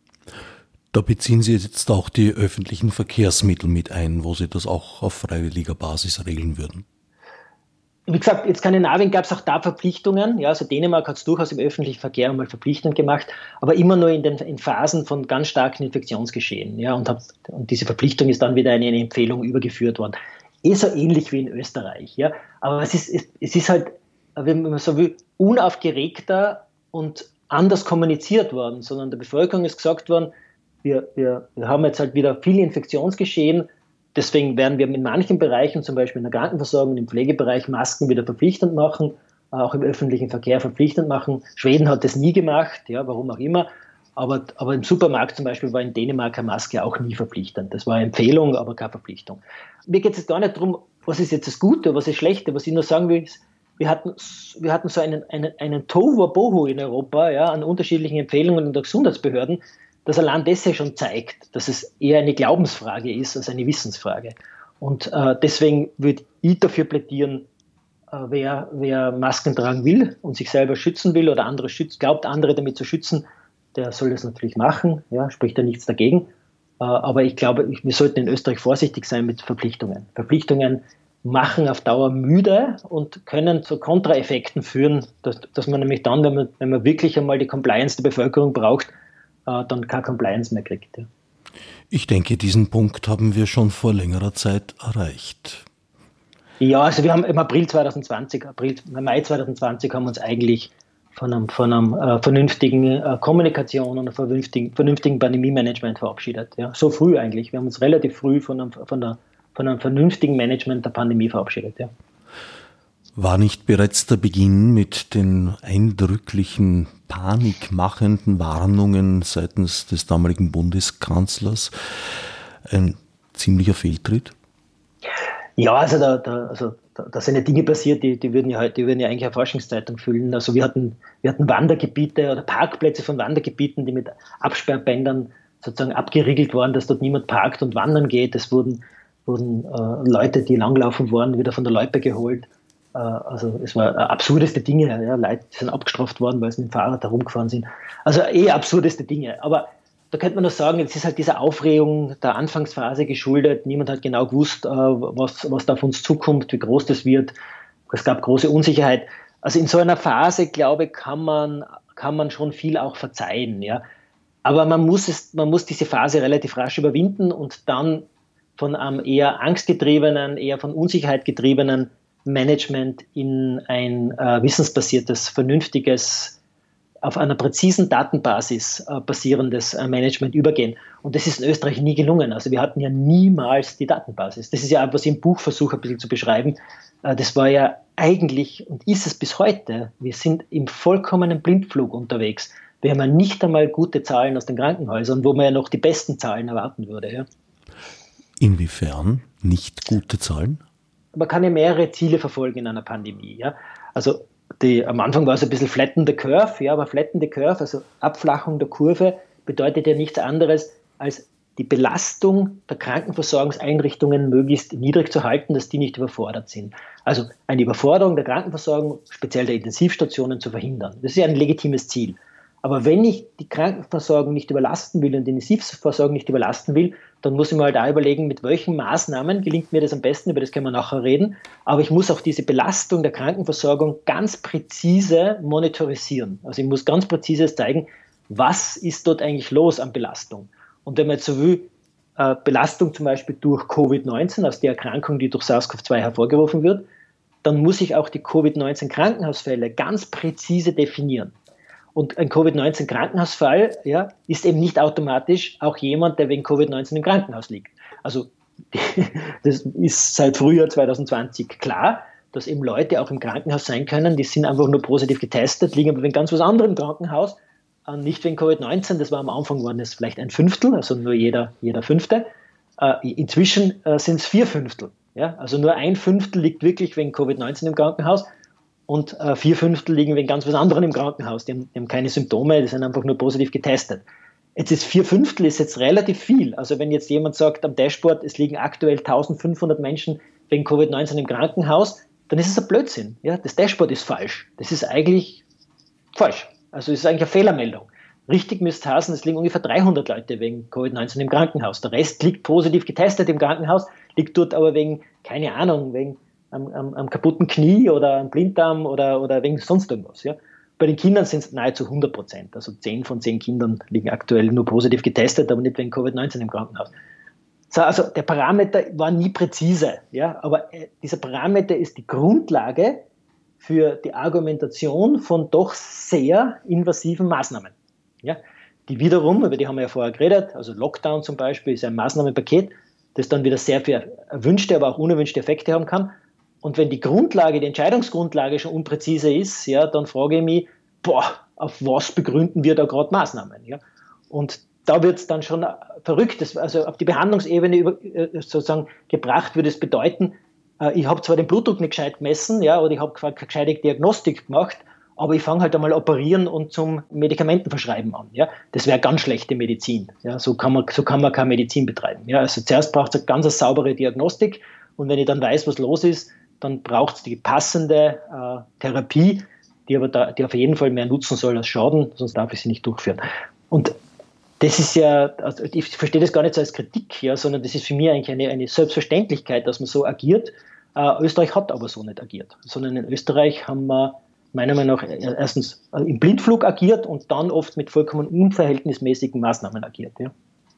Da beziehen Sie jetzt auch die öffentlichen Verkehrsmittel mit ein, wo Sie das auch auf freiwilliger Basis regeln würden. Wie gesagt, in Skandinavien gab es auch da Verpflichtungen. Ja, also Dänemark hat es durchaus im öffentlichen Verkehr einmal verpflichtend gemacht, aber immer nur in Phasen von ganz starken Infektionsgeschehen. Ja, und diese Verpflichtung ist dann wieder in eine Empfehlung übergeführt worden. So ähnlich wie in Österreich. Ja, aber es ist halt, wenn man so will, unaufgeregter und anders kommuniziert worden, sondern der Bevölkerung ist gesagt worden, wir haben jetzt halt wieder viel Infektionsgeschehen, deswegen werden wir in manchen Bereichen, zum Beispiel in der Krankenversorgung, im Pflegebereich, Masken wieder verpflichtend machen, auch im öffentlichen Verkehr verpflichtend machen. Schweden hat das nie gemacht, ja, warum auch immer, aber im Supermarkt zum Beispiel war in Dänemark eine Maske auch nie verpflichtend. Das war eine Empfehlung, aber keine Verpflichtung. Mir geht es jetzt gar nicht darum, was ist jetzt das Gute, was ist das Schlechte, was ich nur sagen will, ist, wir hatten so einen Tohuwabohu in Europa, ja, an unterschiedlichen Empfehlungen in der Gesundheitsbehörden, dass allein das ja schon zeigt, dass es eher eine Glaubensfrage ist als eine Wissensfrage. Und deswegen würde ich dafür plädieren, wer Masken tragen will und sich selber schützen will oder andere glaubt, andere damit zu schützen, der soll das natürlich machen, ja, spricht ja nichts dagegen. Aber ich glaube, wir sollten in Österreich vorsichtig sein mit Verpflichtungen. Verpflichtungen machen auf Dauer müde und können zu Kontraeffekten führen, dass man nämlich dann, wenn man wirklich einmal die Compliance der Bevölkerung braucht, dann keine Compliance mehr kriegt. Ja. Ich denke, diesen Punkt haben wir schon vor längerer Zeit erreicht. Ja, also wir haben im Mai 2020 haben wir uns eigentlich von einem vernünftigen Kommunikation und einem vernünftigen Pandemie-Management verabschiedet. Ja. So früh eigentlich. Wir haben uns relativ früh von einem vernünftigen Management der Pandemie verabschiedet. Ja. War nicht bereits der Beginn mit den eindrücklichen, panikmachenden Warnungen seitens des damaligen Bundeskanzlers ein ziemlicher Fehltritt? Ja, also da sind ja Dinge passiert, die würden ja eigentlich eine Forschungszeitung füllen. Also wir hatten Wandergebiete oder Parkplätze von Wandergebieten, die mit Absperrbändern sozusagen abgeriegelt waren, dass dort niemand parkt und wandern geht. Es wurden Leute, die langlaufen waren, wieder von der Loipe geholt. Also es war absurdeste Dinge. Ja, Leute sind abgestraft worden, weil sie mit dem Fahrrad herumgefahren sind. Also absurdeste Dinge. Aber da könnte man nur sagen, jetzt ist halt diese Aufregung der Anfangsphase geschuldet. Niemand hat genau gewusst, was da auf uns zukommt, wie groß das wird. Es gab große Unsicherheit. Also in so einer Phase, glaube ich, kann man schon viel auch verzeihen. Ja. Aber man muss diese Phase relativ rasch überwinden und dann von einem eher angstgetriebenen, eher von Unsicherheit getriebenen Management in ein wissensbasiertes, vernünftiges, auf einer präzisen Datenbasis basierendes Management übergehen. Und das ist in Österreich nie gelungen. Also wir hatten ja niemals die Datenbasis. Das ist ja, was ich im Buch versuche ein bisschen zu beschreiben. Das war ja eigentlich und ist es bis heute. Wir sind im vollkommenen Blindflug unterwegs. Wir haben ja nicht einmal gute Zahlen aus den Krankenhäusern, wo man ja noch die besten Zahlen erwarten würde. Ja. Inwiefern nicht gute Zahlen? Man kann ja mehrere Ziele verfolgen in einer Pandemie. Ja. Also am Anfang war es ein bisschen flatten the curve, ja, aber flatten the curve, also Abflachung der Kurve, bedeutet ja nichts anderes, als die Belastung der Krankenversorgungseinrichtungen möglichst niedrig zu halten, dass die nicht überfordert sind. Also eine Überforderung der Krankenversorgung, speziell der Intensivstationen, zu verhindern. Das ist ja ein legitimes Ziel. Aber wenn ich die Krankenversorgung nicht überlasten will und die Intensivversorgung nicht überlasten will, dann muss ich mir halt auch überlegen, mit welchen Maßnahmen gelingt mir das am besten, über das können wir nachher reden. Aber ich muss auch diese Belastung der Krankenversorgung ganz präzise monitorisieren. Also ich muss ganz präzise zeigen, was ist dort eigentlich los an Belastung. Und wenn man jetzt so will, Belastung zum Beispiel durch Covid-19, also die Erkrankung, die durch SARS-CoV-2 hervorgerufen wird, dann muss ich auch die Covid-19-Krankenhausfälle ganz präzise definieren. Und ein Covid-19-Krankenhausfall ist eben nicht automatisch auch jemand, der wegen Covid-19 im Krankenhaus liegt. Also das ist seit Frühjahr 2020 klar, dass eben Leute auch im Krankenhaus sein können, die sind einfach nur positiv getestet, liegen aber wegen ganz was anderem im Krankenhaus, nicht wegen Covid-19, das war am Anfang, waren es vielleicht ein Fünftel, also nur jeder Fünfte. Inzwischen sind es 4/5. Ja? Also nur 1/5 liegt wirklich wegen Covid-19 im Krankenhaus. Und 4/5 liegen wegen ganz was anderem im Krankenhaus. Die haben keine Symptome, die sind einfach nur positiv getestet. Jetzt ist 4/5 ist jetzt relativ viel. Also wenn jetzt jemand sagt am Dashboard, es liegen aktuell 1500 Menschen wegen Covid-19 im Krankenhaus, dann ist es ein Blödsinn. Ja? Das Dashboard ist falsch. Das ist eigentlich falsch. Also es ist eigentlich eine Fehlermeldung. Richtig müsste heißen, es liegen ungefähr 300 Leute wegen Covid-19 im Krankenhaus. Der Rest liegt positiv getestet im Krankenhaus, liegt dort aber wegen, keine Ahnung, wegen am kaputten Knie oder am Blinddarm oder wegen sonst irgendwas. Ja. Bei den Kindern sind es nahezu 100%. Also 10 von 10 Kindern liegen aktuell nur positiv getestet, aber nicht wegen Covid-19 im Krankenhaus. So, also der Parameter war nie präzise, ja, aber dieser Parameter ist die Grundlage für die Argumentation von doch sehr invasiven Maßnahmen. Ja. Die wiederum, über die haben wir ja vorher geredet, also Lockdown zum Beispiel ist ein Maßnahmenpaket, das dann wieder sehr viel erwünschte, aber auch unerwünschte Effekte haben kann. Und wenn die Entscheidungsgrundlage schon unpräzise ist, ja, dann frage ich mich, auf was begründen wir da gerade Maßnahmen? Ja? Und da wird es dann schon verrückt. Also auf die Behandlungsebene sozusagen gebracht würde es bedeuten, ich habe zwar den Blutdruck nicht gescheit gemessen, ja, oder ich habe keine gescheite Diagnostik gemacht, aber ich fange halt einmal operieren und zum Medikamentenverschreiben an. Ja? Das wäre ganz schlechte Medizin. Ja? So kann man keine Medizin betreiben. Ja? Also zuerst braucht es eine ganz saubere Diagnostik und wenn ich dann weiß, was los ist, dann braucht es die passende Therapie, die auf jeden Fall mehr nutzen soll als Schaden, sonst darf ich sie nicht durchführen. Und das ist ja, also ich verstehe das gar nicht so als Kritik, ja, sondern das ist für mich eigentlich eine Selbstverständlichkeit, dass man so agiert. Österreich hat aber so nicht agiert, sondern in Österreich haben wir meiner Meinung nach erstens im Blindflug agiert und dann oft mit vollkommen unverhältnismäßigen Maßnahmen agiert. Ja.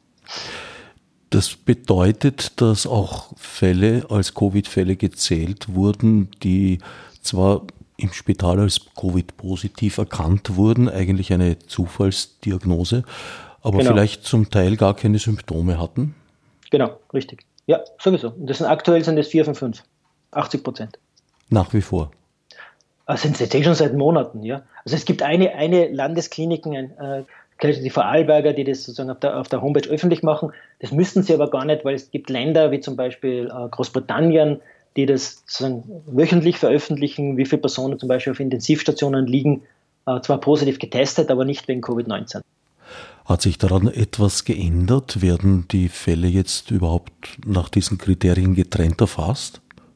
Das bedeutet, dass auch Fälle als Covid-Fälle gezählt wurden, die zwar im Spital als Covid-positiv erkannt wurden, eigentlich eine Zufallsdiagnose, aber vielleicht zum Teil gar keine Symptome hatten? Genau, richtig. Ja, sowieso. Und aktuell sind es 4 von 5, 80%. Nach wie vor? Sind es schon seit Monaten, ja. Also es gibt eine Landeskliniken, die Vorarlberger, die das sozusagen auf der Homepage öffentlich machen. Das müssten sie aber gar nicht, weil es gibt Länder wie zum Beispiel Großbritannien, die das sozusagen wöchentlich veröffentlichen, wie viele Personen zum Beispiel auf Intensivstationen liegen, zwar positiv getestet, aber nicht wegen Covid-19. Hat sich daran etwas geändert? Werden die Fälle jetzt überhaupt nach diesen Kriterien getrennt erfasst?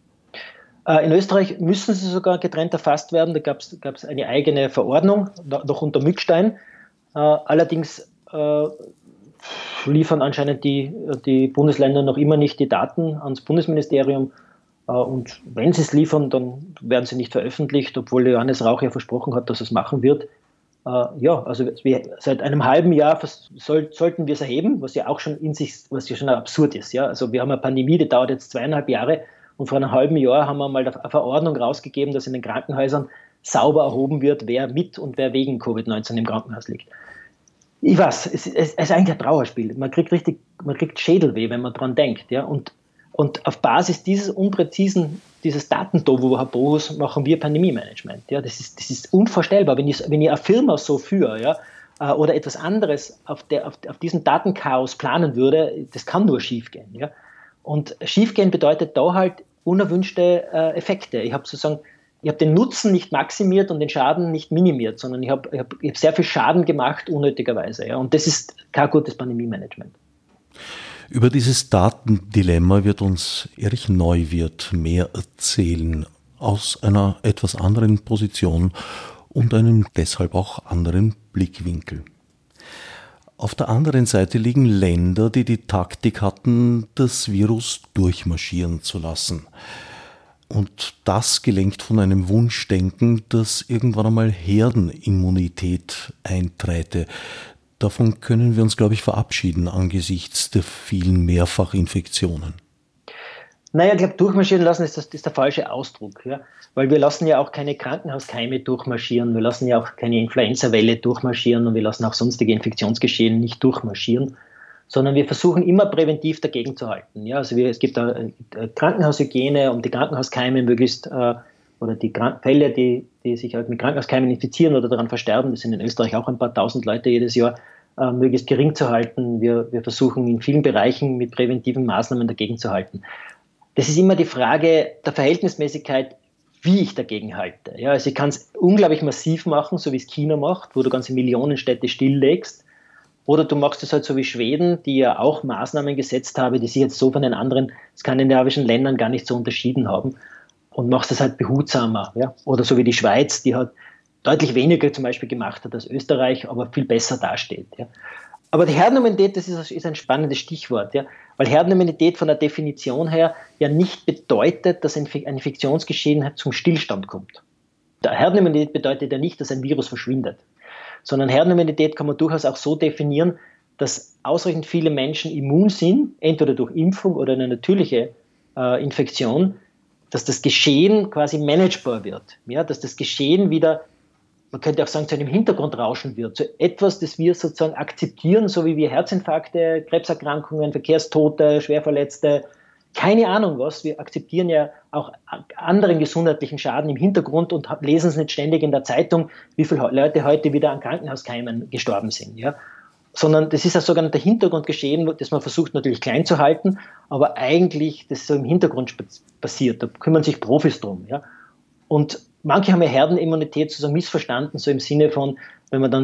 In Österreich müssen sie sogar getrennt erfasst werden. Da gab es eine eigene Verordnung, noch unter Mückstein. Allerdings liefern anscheinend die Bundesländer noch immer nicht die Daten ans Bundesministerium. Und wenn sie es liefern, dann werden sie nicht veröffentlicht, obwohl Johannes Rauch ja versprochen hat, dass er es machen wird. Also seit einem halben Jahr sollten wir es erheben, was ja auch schon was ja schon absurd ist. Ja? Also wir haben eine Pandemie, die dauert jetzt 2,5 Jahre und vor einem halben Jahr haben wir mal eine Verordnung rausgegeben, dass in den Krankenhäusern sauber erhoben wird, wer mit und wer wegen Covid-19 im Krankenhaus liegt. Ich weiß, es ist eigentlich ein Trauerspiel. Man kriegt Schädelweh, wenn man dran denkt. Ja? Und auf Basis dieses Datentohuwabohus machen wir Pandemie-Management. Ja, das ist unvorstellbar. Wenn ich eine Firma so führe, ja, oder etwas anderes auf diesem Datenchaos planen würde, das kann nur schiefgehen. Ja. Und schiefgehen bedeutet da halt unerwünschte Effekte. Ich habe den Nutzen nicht maximiert und den Schaden nicht minimiert, sondern ich hab sehr viel Schaden gemacht, unnötigerweise. Ja. Und das ist kein gutes Pandemie-Management. Über dieses Datendilemma wird uns Erich Neuwirth mehr erzählen, aus einer etwas anderen Position und einem deshalb auch anderen Blickwinkel. Auf der anderen Seite liegen Länder, die die Taktik hatten, das Virus durchmarschieren zu lassen. Und das gelenkt von einem Wunschdenken, dass irgendwann einmal Herdenimmunität einträte. Davon können wir uns, glaube ich, verabschieden angesichts der vielen Mehrfachinfektionen. Naja, ich glaube, durchmarschieren lassen ist der falsche Ausdruck. Ja? Weil wir lassen ja auch keine Krankenhauskeime durchmarschieren, wir lassen ja auch keine Influenza-Welle durchmarschieren und wir lassen auch sonstige Infektionsgeschehen nicht durchmarschieren, sondern wir versuchen immer präventiv dagegen zu halten. Ja? Also es gibt eine Krankenhaushygiene, um die Krankenhauskeime möglichst, oder die Fälle, die sich halt mit Krankenhauskeimen infizieren oder daran versterben, das sind in Österreich auch ein paar tausend Leute jedes Jahr, möglichst gering zu halten. Wir versuchen in vielen Bereichen mit präventiven Maßnahmen dagegen zu halten. Das ist immer die Frage der Verhältnismäßigkeit, wie ich dagegen halte. Ja, also ich kann es unglaublich massiv machen, so wie es China macht, wo du ganze Millionenstädte stilllegst. Oder du machst es halt so wie Schweden, die ja auch Maßnahmen gesetzt haben, die sich jetzt so von den anderen skandinavischen Ländern gar nicht so unterschieden haben. Und machst es halt behutsamer. Ja? Oder so wie die Schweiz, die halt deutlich weniger zum Beispiel gemacht hat als Österreich, aber viel besser dasteht. Ja? Aber die Herdenimmunität, das ist ein spannendes Stichwort. Ja? Weil Herdenimmunität von der Definition her ja nicht bedeutet, dass ein Infektionsgeschehen zum Stillstand kommt. Herdenimmunität bedeutet ja nicht, dass ein Virus verschwindet. Sondern Herdenimmunität kann man durchaus auch so definieren, dass ausreichend viele Menschen immun sind, entweder durch Impfung oder eine natürliche Infektion, dass das Geschehen quasi managebar wird, ja, dass das Geschehen wieder, man könnte auch sagen, zu einem Hintergrundrauschen wird, zu etwas, das wir sozusagen akzeptieren, so wie wir Herzinfarkte, Krebserkrankungen, Verkehrstote, Schwerverletzte, keine Ahnung was, wir akzeptieren ja auch anderen gesundheitlichen Schaden im Hintergrund und lesen es nicht ständig in der Zeitung, wie viele Leute heute wieder an Krankenhauskeimen gestorben sind, ja. Sondern das ist ein sogenannter Hintergrundgeschehen, das man versucht natürlich klein zu halten, aber eigentlich das so im Hintergrund passiert. Da kümmern sich Profis drum. Ja? Und manche haben ja Herdenimmunität sozusagen missverstanden, so im Sinne von, wenn wir dann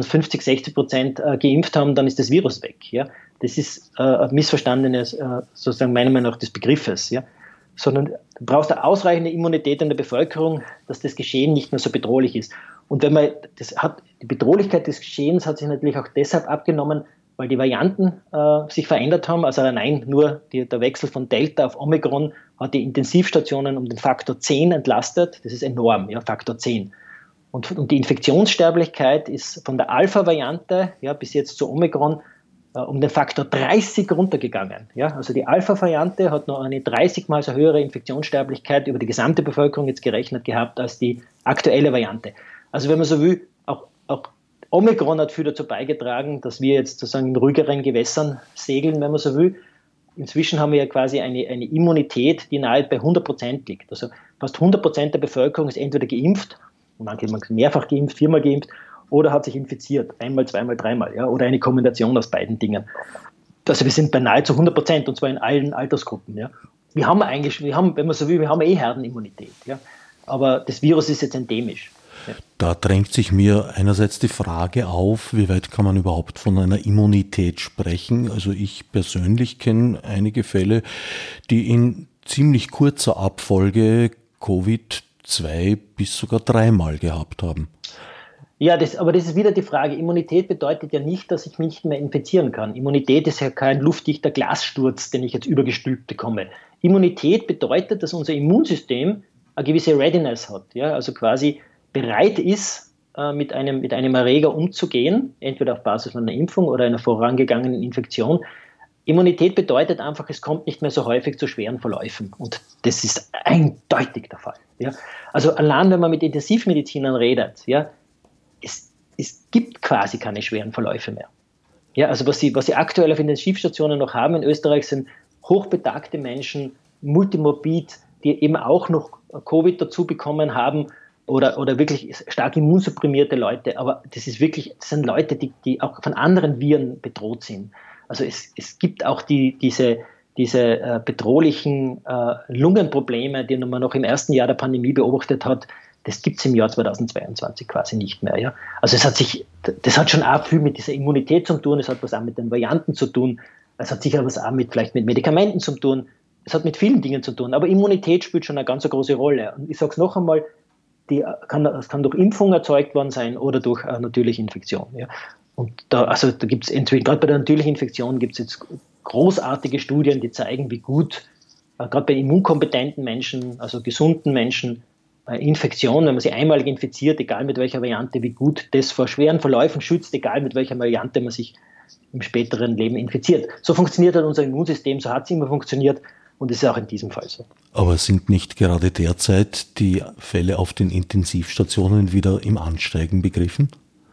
50-60% geimpft haben, dann ist das Virus weg. Ja? Das ist ein missverstandenes, sozusagen meiner Meinung nach, des Begriffes. Ja? sondern du brauchst eine ausreichende Immunität in der Bevölkerung, dass das Geschehen nicht mehr so bedrohlich ist. Und die Bedrohlichkeit des Geschehens hat sich natürlich auch deshalb abgenommen, weil die Varianten sich verändert haben. Also allein nur der Wechsel von Delta auf Omikron hat die Intensivstationen um den Faktor 10 entlastet. Das ist enorm, ja, Faktor 10. Und die Infektionssterblichkeit ist von der Alpha-Variante bis jetzt zu Omikron um den Faktor 30 runtergegangen. Ja? Also die Alpha-Variante hat noch eine 30-mal so höhere Infektionssterblichkeit über die gesamte Bevölkerung jetzt gerechnet gehabt als die aktuelle Variante. Also wenn man so will, auch Omikron hat viel dazu beigetragen, dass wir jetzt sozusagen in ruhigeren Gewässern segeln, wenn man so will. Inzwischen haben wir ja quasi eine Immunität, die nahe bei 100% liegt. Also fast 100% der Bevölkerung ist entweder geimpft, manche mehrfach geimpft, 4-mal geimpft, oder hat sich infiziert, 1-mal, 2-mal, 3-mal, ja, oder eine Kombination aus beiden Dingen. Also wir sind bei nahezu 100%, und zwar in allen Altersgruppen. Ja. Wir haben, wenn man so will, wir haben Herdenimmunität. Ja. Aber das Virus ist jetzt endemisch. Ja. Da drängt sich mir einerseits die Frage auf, wie weit kann man überhaupt von einer Immunität sprechen? Also ich persönlich kenne einige Fälle, die in ziemlich kurzer Abfolge Covid 2 bis sogar 3-mal gehabt haben. Ja, aber das ist wieder die Frage. Immunität bedeutet ja nicht, dass ich mich nicht mehr infizieren kann. Immunität ist ja kein luftdichter Glassturz, den ich jetzt übergestülpt bekomme. Immunität bedeutet, dass unser Immunsystem eine gewisse Readiness hat, ja, also quasi bereit ist, mit einem Erreger umzugehen, entweder auf Basis von einer Impfung oder einer vorangegangenen Infektion. Immunität bedeutet einfach, es kommt nicht mehr so häufig zu schweren Verläufen. Und das ist eindeutig der Fall. Ja. Also allein, wenn man mit Intensivmedizinern redet, ja, es gibt quasi keine schweren Verläufe mehr. Ja, also was sie aktuell auf Intensivstationen noch haben in Österreich, sind hochbetagte Menschen, multimorbid, die eben auch noch Covid dazu bekommen haben oder wirklich stark immunsupprimierte Leute. Aber das sind Leute, die auch von anderen Viren bedroht sind. Also es gibt auch diese bedrohlichen Lungenprobleme, die man noch im ersten Jahr der Pandemie beobachtet hat. Das gibt es im Jahr 2022 quasi nicht mehr. Ja? Also das hat schon auch viel mit dieser Immunität zu tun, es hat was auch mit den Varianten zu tun, es hat sicher was auch vielleicht mit Medikamenten zu tun, es hat mit vielen Dingen zu tun, aber Immunität spielt schon eine ganz große Rolle. Und ich sage es noch einmal, es kann durch Impfung erzeugt worden sein oder durch natürliche Infektion. Ja? Und da gibt es gerade bei der natürlichen Infektion gibt es jetzt großartige Studien, die zeigen, wie gut, gerade bei immunkompetenten Menschen, also gesunden Menschen, Infektion, wenn man sie einmalig infiziert, egal mit welcher Variante, wie gut das vor schweren Verläufen schützt, egal mit welcher Variante man sich im späteren Leben infiziert. So funktioniert halt unser Immunsystem, so hat es immer funktioniert und es ist auch in diesem Fall so. Aber sind nicht gerade derzeit die Fälle auf den Intensivstationen wieder im Ansteigen begriffen?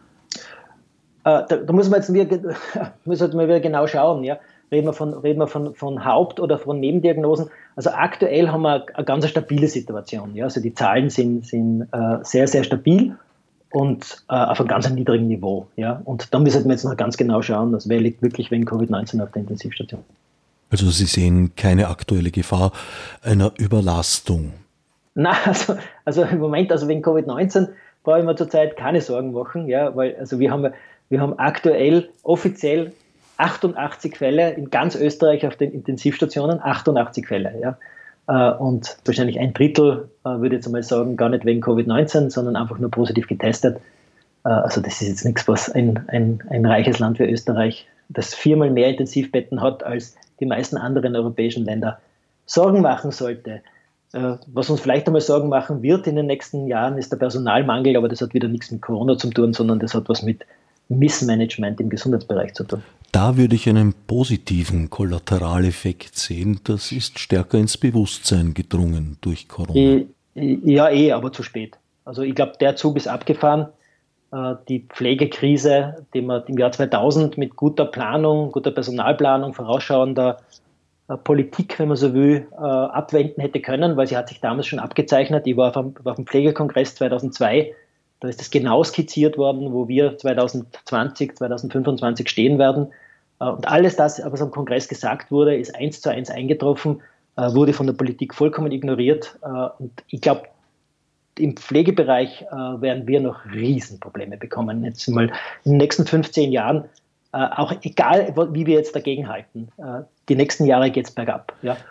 Da muss man jetzt wieder genau schauen, ja. Reden wir von Haupt- oder von Nebendiagnosen. Also aktuell haben wir eine ganz stabile Situation. Ja? Also die Zahlen sind sehr, sehr stabil und auf einem ganz niedrigen Niveau. Ja? Und da müssen wir jetzt noch ganz genau schauen, also wer liegt wirklich wegen Covid-19 auf der Intensivstation. Also Sie sehen keine aktuelle Gefahr einer Überlastung? Nein, also im Moment, also wegen Covid-19 brauche ich mir zurzeit keine Sorgen machen, ja? Weil also wir haben aktuell offiziell 88 Fälle in ganz Österreich auf den Intensivstationen, 88 Fälle. Ja. Und wahrscheinlich ein Drittel, würde ich jetzt einmal sagen, gar nicht wegen Covid-19, sondern einfach nur positiv getestet. Also das ist jetzt nichts, was ein reiches Land wie Österreich, das 4-mal mehr Intensivbetten hat als die meisten anderen europäischen Länder, Sorgen machen sollte. Was uns vielleicht einmal Sorgen machen wird in den nächsten Jahren, ist der Personalmangel, aber das hat wieder nichts mit Corona zu tun, sondern das hat was mit Missmanagement im Gesundheitsbereich zu tun. Da würde ich einen positiven Kollateraleffekt sehen. Das ist stärker ins Bewusstsein gedrungen durch Corona. Ja, aber zu spät. Also ich glaube, der Zug ist abgefahren. Die Pflegekrise, die man im Jahr 2000 mit guter Planung, guter Personalplanung, vorausschauender Politik, wenn man so will, abwenden hätte können, weil sie hat sich damals schon abgezeichnet. Ich war auf dem Pflegekongress 2002. Da ist es genau skizziert worden, wo wir 2020, 2025 stehen werden. Und alles das, was am Kongress gesagt wurde, ist 1:1 eingetroffen, wurde von der Politik vollkommen ignoriert. Und ich glaube, im Pflegebereich werden wir noch Riesenprobleme bekommen. Jetzt mal in den nächsten 15 Jahren, auch egal, wie wir jetzt dagegen halten, die nächsten Jahre geht es bergab. Ja?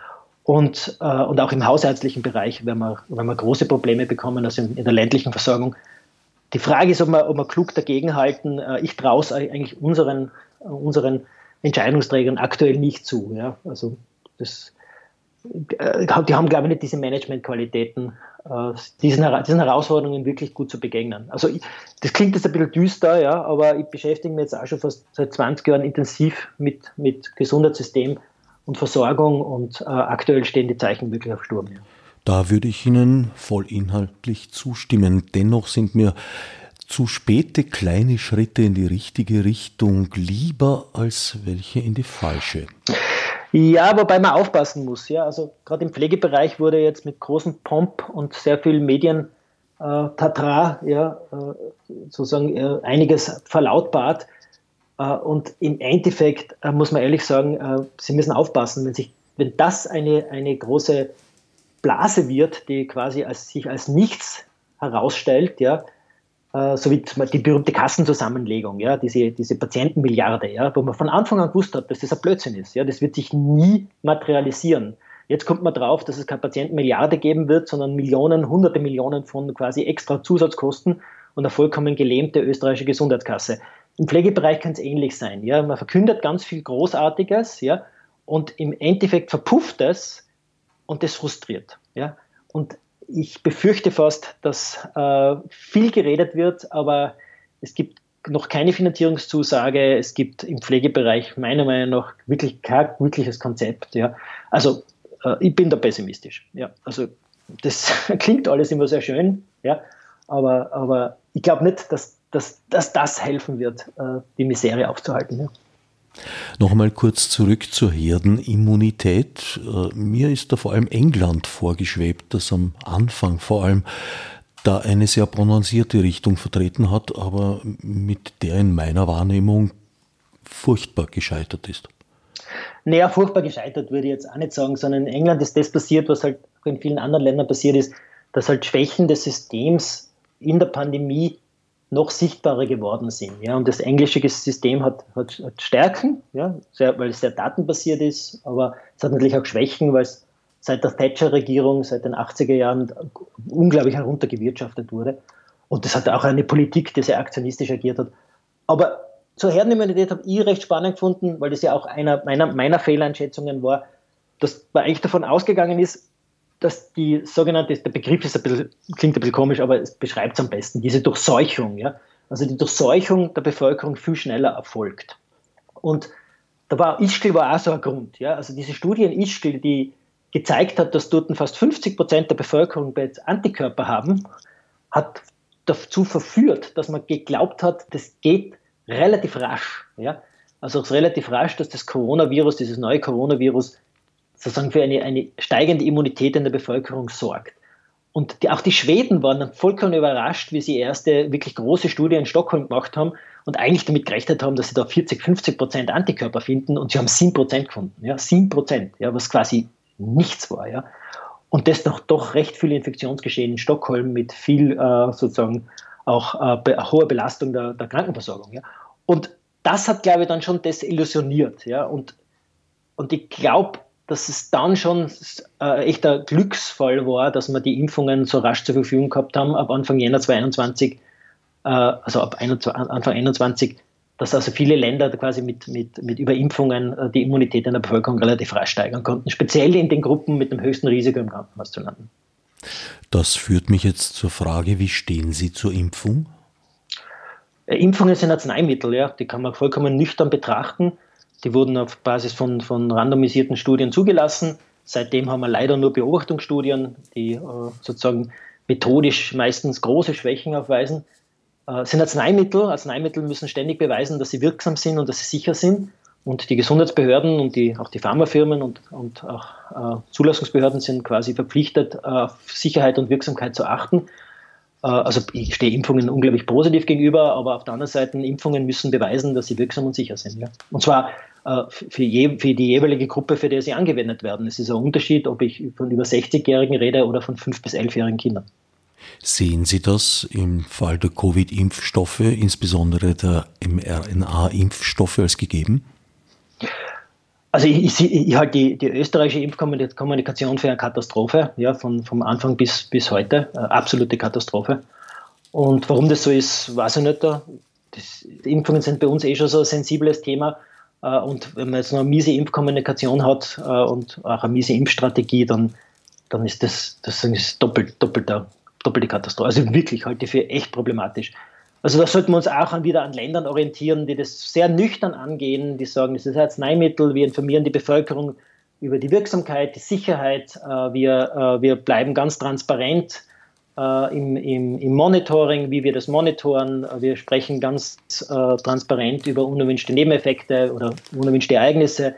Und auch im hausärztlichen Bereich, wenn wir große Probleme bekommen, also in der ländlichen Versorgung. Die Frage ist, ob wir klug dagegenhalten. Ich traue es eigentlich unseren Entscheidungsträgern aktuell nicht zu. Ja? Also die haben, glaube ich, nicht diese Managementqualitäten, diesen Herausforderungen wirklich gut zu begegnen. Also das klingt jetzt ein bisschen düster, ja, aber ich beschäftige mich jetzt auch schon fast seit 20 Jahren intensiv mit Gesundheitssystem und Versorgung und aktuell stehen die Zeichen wirklich auf Sturm. Ja. Da würde ich Ihnen voll inhaltlich zustimmen. Dennoch sind mir zu späte kleine Schritte in die richtige Richtung lieber als welche in die falsche. Ja, wobei man aufpassen muss. Ja. Also gerade im Pflegebereich wurde jetzt mit großem Pomp und sehr viel Medien-Tatra sozusagen einiges verlautbart. Und im Endeffekt muss man ehrlich sagen, Sie müssen aufpassen, wenn das eine große Blase wird, die quasi sich als nichts herausstellt, ja, so wie die berühmte Kassenzusammenlegung, ja, diese Patientenmilliarde, ja, wo man von Anfang an gewusst hat, dass das ein Blödsinn ist. Ja, das wird sich nie materialisieren. Jetzt kommt man drauf, dass es keine Patientenmilliarde geben wird, sondern Millionen, hunderte Millionen von quasi extra Zusatzkosten und eine vollkommen gelähmte österreichische Gesundheitskasse. Im Pflegebereich kann es ähnlich sein. Ja. Man verkündet ganz viel Großartiges, ja, und im Endeffekt verpufft es und das frustriert. Ja. Und ich befürchte fast, dass viel geredet wird, aber es gibt noch keine Finanzierungszusage. Es gibt im Pflegebereich meiner Meinung nach wirklich kein wirkliches Konzept. Ja. Also ich bin da pessimistisch. Ja. Also das klingt alles immer sehr schön, ja, aber ich glaube nicht, dass das helfen wird, die Misere aufzuhalten. Ja. Noch einmal kurz zurück zur Herdenimmunität. Mir ist da vor allem England vorgeschwebt, das am Anfang vor allem da eine sehr prononcierte Richtung vertreten hat, aber mit der in meiner Wahrnehmung furchtbar gescheitert ist. Naja, furchtbar gescheitert würde ich jetzt auch nicht sagen, sondern in England ist das passiert, was halt in vielen anderen Ländern passiert ist, dass halt Schwächen des Systems in der Pandemie noch sichtbarer geworden sind. Ja? Und das englische System hat Stärken, ja? Weil es sehr datenbasiert ist, aber es hat natürlich auch Schwächen, weil es seit der Thatcher-Regierung, seit den 80er Jahren unglaublich heruntergewirtschaftet wurde. Und das hat auch eine Politik, die sehr aktionistisch agiert hat. Aber zur Herdenimmunität habe ich recht spannend gefunden, weil das ja auch einer meiner Fehleinschätzungen war, dass man eigentlich davon ausgegangen ist, dass die sogenannte, der Begriff ist klingt ein bisschen komisch, aber es beschreibt es am besten, diese Durchseuchung, ja, also die Durchseuchung der Bevölkerung viel schneller erfolgt. Und Ischgl war auch so ein Grund, ja, also diese Studie in Ischgl, die gezeigt hat, dass dort fast 50% der Bevölkerung bereits Antikörper haben, hat dazu verführt, dass man geglaubt hat, das geht relativ rasch, ja, also relativ rasch, dass das Coronavirus, dieses neue Coronavirus sozusagen für eine steigende Immunität in der Bevölkerung sorgt. Und auch die Schweden waren dann vollkommen überrascht, wie sie erste wirklich große Studie in Stockholm gemacht haben und eigentlich damit gerechnet haben, dass sie da 40-50% Antikörper finden und sie haben 7% gefunden. Ja, 7%, ja, was quasi nichts war. Ja. Und das doch recht viel Infektionsgeschehen in Stockholm mit viel sozusagen auch hoher Belastung der Krankenversorgung. Ja. Und das hat, glaube ich, dann schon desillusioniert. Ja. Und ich glaube, dass es dann schon echt ein Glücksfall war, dass wir die Impfungen so rasch zur Verfügung gehabt haben, ab Anfang Jänner 2021, also ab Anfang 21, dass also viele Länder quasi mit Überimpfungen die Immunität in der Bevölkerung relativ rasch steigern konnten, speziell in den Gruppen mit dem höchsten Risiko im Krankenhaus zu landen. Das führt mich jetzt zur Frage, wie stehen Sie zur Impfung? Impfungen sind Arzneimittel, ja, die kann man vollkommen nüchtern betrachten. Die wurden auf Basis von randomisierten Studien zugelassen. Seitdem haben wir leider nur Beobachtungsstudien, die sozusagen methodisch meistens große Schwächen aufweisen. Sind Arzneimittel. Arzneimittel müssen ständig beweisen, dass sie wirksam sind und dass sie sicher sind. Und die Gesundheitsbehörden und auch die Pharmafirmen und auch Zulassungsbehörden sind quasi verpflichtet, auf Sicherheit und Wirksamkeit zu achten. Also ich stehe Impfungen unglaublich positiv gegenüber, aber auf der anderen Seite, Impfungen müssen beweisen, dass sie wirksam und sicher sind. Ja? Und zwar für die jeweilige Gruppe, für die sie angewendet werden. Es ist ein Unterschied, ob ich von über 60-Jährigen rede oder von 5- bis 11-jährigen Kindern. Sehen Sie das im Fall der Covid-Impfstoffe, insbesondere der mRNA-Impfstoffe, als gegeben? Also ich halte die österreichische Impfkommunikation für eine Katastrophe, ja, vom Anfang bis heute, eine absolute Katastrophe. Und warum das so ist, weiß ich nicht. Die Impfungen sind bei uns schon so ein sensibles Thema. Und wenn man jetzt noch eine miese Impfkommunikation hat und auch eine miese Impfstrategie, dann ist das doppelte Katastrophe. Also wirklich halte ich für echt problematisch. Also da sollten wir uns auch wieder an Ländern orientieren, die das sehr nüchtern angehen, die sagen, das ist ein Arzneimittel, wir informieren die Bevölkerung über die Wirksamkeit, die Sicherheit, wir bleiben ganz transparent im Monitoring, wie wir das monitoren, wir sprechen ganz transparent über unerwünschte Nebeneffekte oder unerwünschte Ereignisse,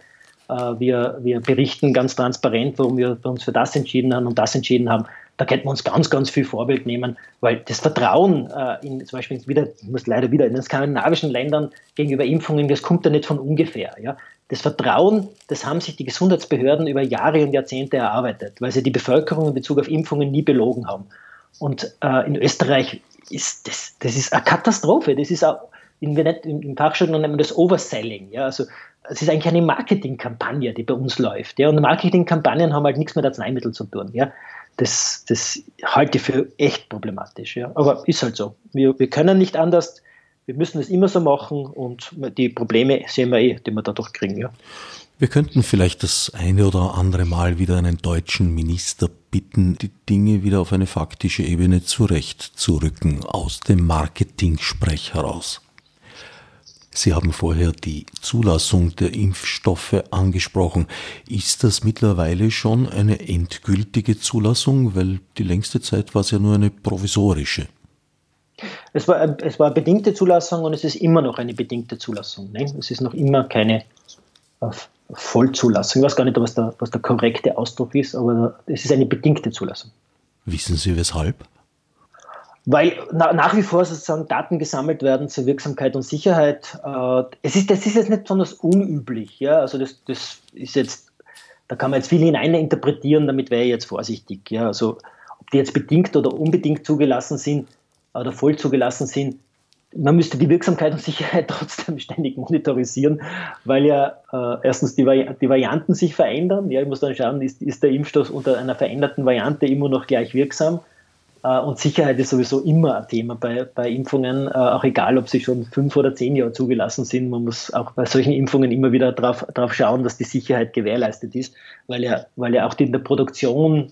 wir berichten ganz transparent, warum wir uns für das entschieden haben und das entschieden haben. Da könnten wir uns ganz, ganz viel Vorbild nehmen, weil das Vertrauen zum Beispiel ich muss leider wieder in den skandinavischen Ländern gegenüber Impfungen, das kommt ja nicht von ungefähr. Ja? Das Vertrauen, das haben sich die Gesundheitsbehörden über Jahre und Jahrzehnte erarbeitet, weil sie die Bevölkerung in Bezug auf Impfungen nie belogen haben. Und in Österreich ist das ist eine Katastrophe. Das ist auch, im Fachjargon nennt man das Overselling. Ja? Also es ist eigentlich eine Marketingkampagne, die bei uns läuft. Ja? Und Marketingkampagnen haben halt nichts mit Arzneimitteln zu tun. Ja? Das halte ich für echt problematisch. Ja. Aber ist halt so. Wir können nicht anders. Wir müssen es immer so machen und die Probleme sehen wir die wir dadurch kriegen. Ja. Wir könnten vielleicht das eine oder andere Mal wieder einen deutschen Minister bitten, die Dinge wieder auf eine faktische Ebene zurechtzurücken, aus dem Marketing-Sprech heraus. Sie haben vorher die Zulassung der Impfstoffe angesprochen. Ist das mittlerweile schon eine endgültige Zulassung? Weil die längste Zeit war es ja nur eine provisorische. Es war eine bedingte Zulassung und es ist immer noch eine bedingte Zulassung. Ne? Es ist noch immer keine Vollzulassung. Ich weiß gar nicht, was der korrekte Ausdruck ist, aber es ist eine bedingte Zulassung. Wissen Sie weshalb? Weil nach wie vor sozusagen Daten gesammelt werden zur Wirksamkeit und Sicherheit. Das ist jetzt nicht besonders unüblich. Ja? Also das ist jetzt, da kann man jetzt viel hineininterpretieren, damit wäre ich jetzt vorsichtig. Ja? Also ob die jetzt bedingt oder unbedingt zugelassen sind oder voll zugelassen sind, man müsste die Wirksamkeit und Sicherheit trotzdem ständig monitorisieren, weil ja erstens die Varianten sich verändern. Ja, ich muss dann schauen, ist der Impfstoff unter einer veränderten Variante immer noch gleich wirksam? Und Sicherheit ist sowieso immer ein Thema bei Impfungen, auch egal, ob sie schon 5 oder 10 Jahre zugelassen sind. Man muss auch bei solchen Impfungen immer wieder drauf schauen, dass die Sicherheit gewährleistet ist, weil ja auch die Produktion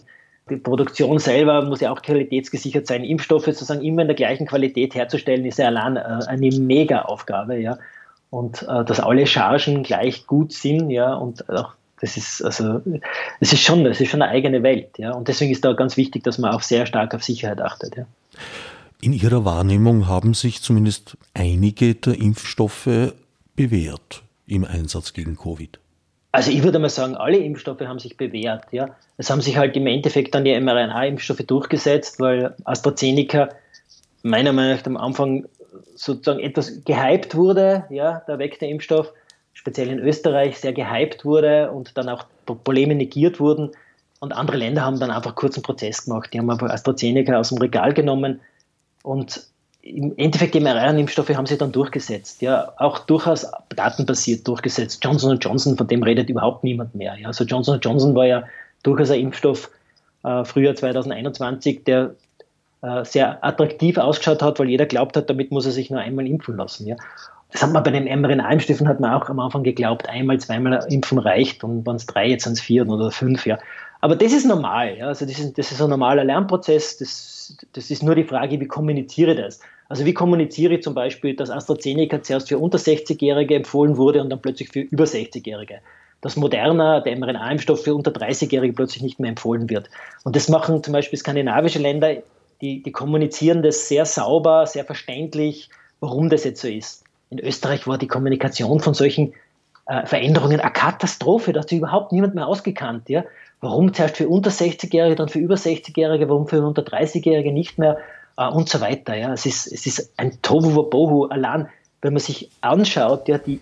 selber muss ja auch qualitätsgesichert sein. Impfstoffe sozusagen immer in der gleichen Qualität herzustellen, ist ja allein eine Mega-Aufgabe, ja. Und dass alle Chargen gleich gut sind, ja, und auch das ist schon eine eigene Welt, ja. Und deswegen ist da ganz wichtig, dass man auch sehr stark auf Sicherheit achtet, ja. In Ihrer Wahrnehmung haben sich zumindest einige der Impfstoffe bewährt im Einsatz gegen Covid? Also ich würde mal sagen, alle Impfstoffe haben sich bewährt, ja. Es haben sich halt im Endeffekt dann die mRNA-Impfstoffe durchgesetzt, weil AstraZeneca meiner Meinung nach am Anfang sozusagen etwas gehypt wurde, ja, der Vektor-Impfstoff, speziell in Österreich sehr gehypt wurde und dann auch Probleme negiert wurden. Und andere Länder haben dann einfach kurzen Prozess gemacht. Die haben einfach AstraZeneca aus dem Regal genommen und im Endeffekt die mRNA-Impfstoffe haben sich dann durchgesetzt. Ja, auch durchaus datenbasiert durchgesetzt. Johnson & Johnson, von dem redet überhaupt niemand mehr. Ja, also Johnson & Johnson war ja durchaus ein Impfstoff Frühjahr 2021, der sehr attraktiv ausgeschaut hat, weil jeder glaubt hat, damit muss er sich nur einmal impfen lassen. Ja. Das hat man bei den mRNA-Impfstoffen hat man auch am Anfang geglaubt, einmal, zweimal impfen reicht und wenn es 3, jetzt sind es 4 oder 5. Ja. Aber das ist normal. Ja. Also das ist ein normaler Lernprozess. Das ist nur die Frage, wie kommuniziere ich das? Also wie kommuniziere ich zum Beispiel, dass AstraZeneca zuerst für unter 60-Jährige empfohlen wurde und dann plötzlich für über 60-Jährige. Dass Moderna, der mRNA-Impfstoff, für unter 30-Jährige plötzlich nicht mehr empfohlen wird. Und das machen zum Beispiel skandinavische Länder, die kommunizieren das sehr sauber, sehr verständlich, warum das jetzt so ist. In Österreich war die Kommunikation von solchen Veränderungen eine Katastrophe. Da hat sich überhaupt niemand mehr ausgekannt. Ja? Warum zuerst für unter 60-Jährige, dann für über 60-Jährige, warum für unter 30-Jährige nicht mehr und so weiter. Ja? Es ist ein Tohuwabohu. Allein, wenn man sich anschaut, ja, die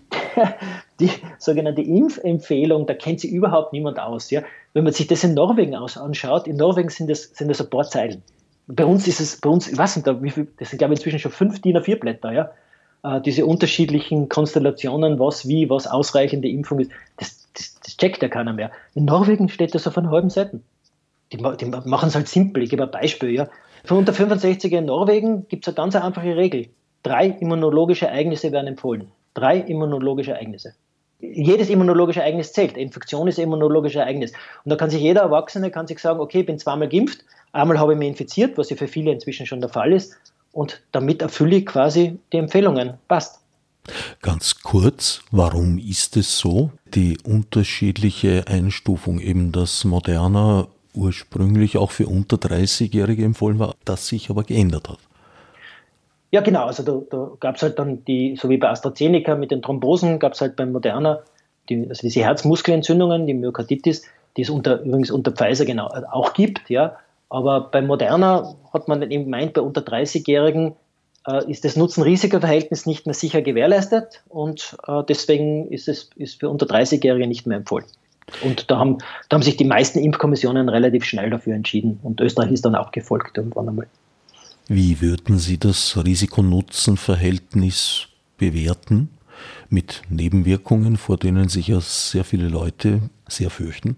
sogenannte Impfempfehlung, da kennt sich überhaupt niemand aus. Ja? Wenn man sich das in Norwegen anschaut, in Norwegen sind das ein paar Zeilen. Bei uns, ich weiß nicht, das sind glaube ich inzwischen schon 5 DIN A4-Blätter, ja. Diese unterschiedlichen Konstellationen, was ausreichende Impfung ist, das checkt ja keiner mehr. In Norwegen steht das auf einer halben Seite. Die machen es halt simpel. Ich gebe ein Beispiel. Ja. Für unter 65er in Norwegen gibt es eine ganz einfache Regel. 3 immunologische Ereignisse werden empfohlen. 3 immunologische Ereignisse. Jedes immunologische Ereignis zählt. Infektion ist ein immunologisches Ereignis. Und da kann sich jeder Erwachsene sagen, okay, ich bin zweimal geimpft, einmal habe ich mich infiziert, was ja für viele inzwischen schon der Fall ist. Und damit erfülle ich quasi die Empfehlungen. Passt. Ganz kurz, warum ist es so? Die unterschiedliche Einstufung, eben dass Moderna ursprünglich auch für unter 30-Jährige empfohlen war, das sich aber geändert hat. Ja, genau. Also da gab es halt dann so wie bei AstraZeneca mit den Thrombosen, gab es halt beim Moderna diese Herzmuskelentzündungen, die Myokarditis, die es übrigens unter Pfizer genau auch gibt. Ja. Aber bei Moderna hat man dann eben gemeint, bei unter 30-Jährigen ist das Nutzen-Risiko-Verhältnis nicht mehr sicher gewährleistet und deswegen ist für unter 30-Jährige nicht mehr empfohlen. Und da haben sich die meisten Impfkommissionen relativ schnell dafür entschieden und Österreich ist dann auch gefolgt irgendwann einmal. Wie würden Sie das Risiko-Nutzen-Verhältnis bewerten mit Nebenwirkungen, vor denen sich ja sehr viele Leute sehr fürchten?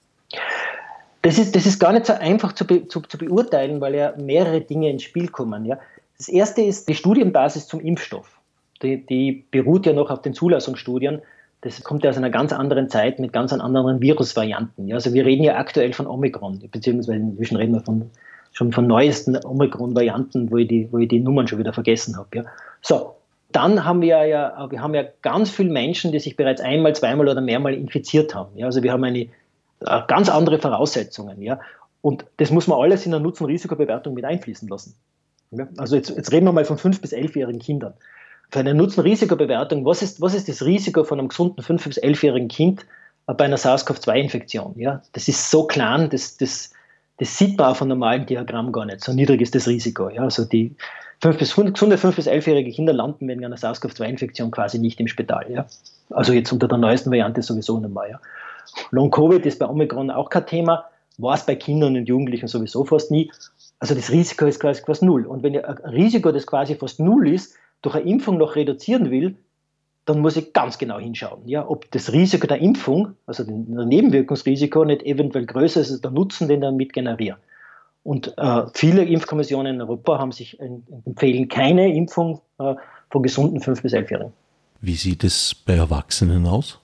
Das ist gar nicht so einfach zu beurteilen, weil ja mehrere Dinge ins Spiel kommen. Ja. Das erste ist die Studienbasis zum Impfstoff. Die beruht ja noch auf den Zulassungsstudien. Das kommt ja aus einer ganz anderen Zeit mit ganz anderen Virusvarianten. Ja. Also wir reden ja aktuell von Omikron, beziehungsweise inzwischen reden wir schon von neuesten Omikron-Varianten, wo ich die Nummern schon wieder vergessen habe. Ja. So, dann haben wir ja ganz viele Menschen, die sich bereits einmal, zweimal oder mehrmal infiziert haben. Ja. Also wir haben ganz andere Voraussetzungen. Ja. Und das muss man alles in der Nutzen-Risiko-Bewertung mit einfließen lassen. Ja. Also jetzt reden wir mal von 5- bis 11-jährigen Kindern. Für eine Nutzen-Risiko-Bewertung, was ist das Risiko von einem gesunden 5- bis 11-jährigen Kind bei einer SARS-CoV-2-Infektion? Ja. Das ist so klein, das sieht man auf einem normalen Diagramm gar nicht. So niedrig ist das Risiko. Ja. Also die gesunde 5- bis 11-jährige Kinder landen wegen einer SARS-CoV-2-Infektion quasi nicht im Spital. Ja. Also jetzt unter der neuesten Variante sowieso nicht mehr. Ja. Long-Covid ist bei Omikron auch kein Thema, war es bei Kindern und Jugendlichen sowieso fast nie. Also das Risiko ist quasi fast null. Und wenn ein Risiko, das quasi fast null ist, durch eine Impfung noch reduzieren will, dann muss ich ganz genau hinschauen, ja, ob das Risiko der Impfung, also das Nebenwirkungsrisiko, nicht eventuell größer ist als der Nutzen, den ich damit generiere. Und viele Impfkommissionen in Europa empfehlen keine Impfung von gesunden 5- bis 11-Jährigen. Wie sieht es bei Erwachsenen aus?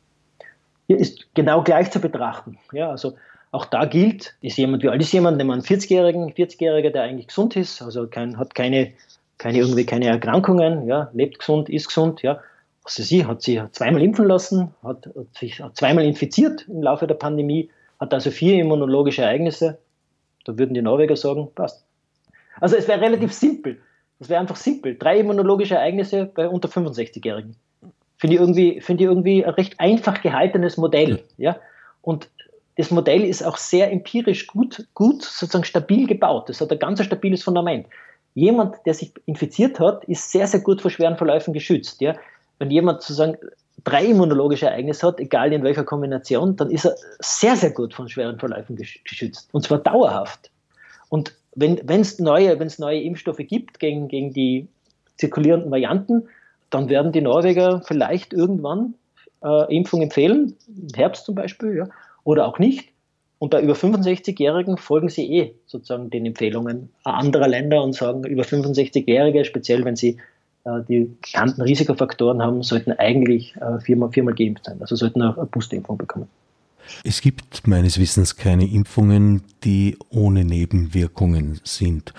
Ja, ist genau gleich zu betrachten. Ja, also auch da gilt, wie alt ist jemand, nehmen wir einen 40-Jähriger, der eigentlich gesund ist, also hat keine Erkrankungen, ja, lebt gesund, ist gesund, ja. Also sie hat sich zweimal impfen lassen, hat sich zweimal infiziert im Laufe der Pandemie, hat also 4 immunologische Ereignisse. Da würden die Norweger sagen, passt. Also es wäre relativ simpel. Es wäre einfach simpel. 3 immunologische Ereignisse bei unter 65-Jährigen. Finde ich irgendwie ein recht einfach gehaltenes Modell. Ja? Und das Modell ist auch sehr empirisch gut sozusagen stabil gebaut. Das hat ein ganz stabiles Fundament. Jemand, der sich infiziert hat, ist sehr, sehr gut vor schweren Verläufen geschützt. Ja? Wenn jemand sozusagen 3 immunologische Ereignisse hat, egal in welcher Kombination, dann ist er sehr, sehr gut von schweren Verläufen geschützt. Und zwar dauerhaft. Und wenn es neue Impfstoffe gibt gegen die zirkulierenden Varianten, dann werden die Norweger vielleicht irgendwann Impfung empfehlen, im Herbst zum Beispiel, ja, oder auch nicht. Und bei über 65-Jährigen folgen sie sozusagen den Empfehlungen anderer Länder und sagen, über 65-Jährige, speziell wenn sie die bekannten Risikofaktoren haben, sollten eigentlich viermal geimpft sein. Also sollten auch eine Boosterimpfung bekommen. Es gibt meines Wissens keine Impfungen, die ohne Nebenwirkungen sind.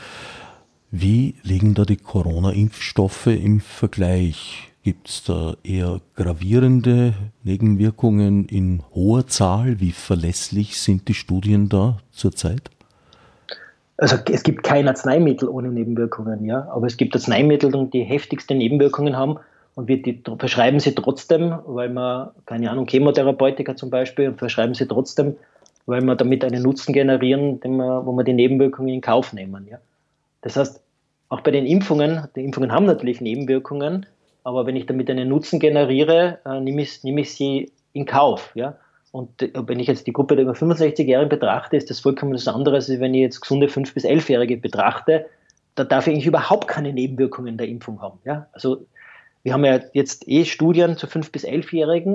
Wie liegen da die Corona-Impfstoffe im Vergleich? Gibt es da eher gravierende Nebenwirkungen in hoher Zahl? Wie verlässlich sind die Studien da zurzeit? Also es gibt kein Arzneimittel ohne Nebenwirkungen, ja, aber es gibt Arzneimittel, die heftigste Nebenwirkungen haben und wir verschreiben sie trotzdem, weil man, keine Ahnung, Chemotherapeutika zum Beispiel, verschreiben sie trotzdem, weil wir damit einen Nutzen generieren, wo wir die Nebenwirkungen in Kauf nehmen, ja. Das heißt, auch bei die Impfungen haben natürlich Nebenwirkungen, aber wenn ich damit einen Nutzen generiere, nehme ich sie in Kauf, ja. Und wenn ich jetzt die Gruppe der über 65-Jährigen betrachte, ist das vollkommen was anderes, als wenn ich jetzt gesunde 5- bis 11-Jährige betrachte. Da darf ich eigentlich überhaupt keine Nebenwirkungen der Impfung haben. Ja? Also wir haben ja jetzt Studien zu 5- bis 11-Jährigen,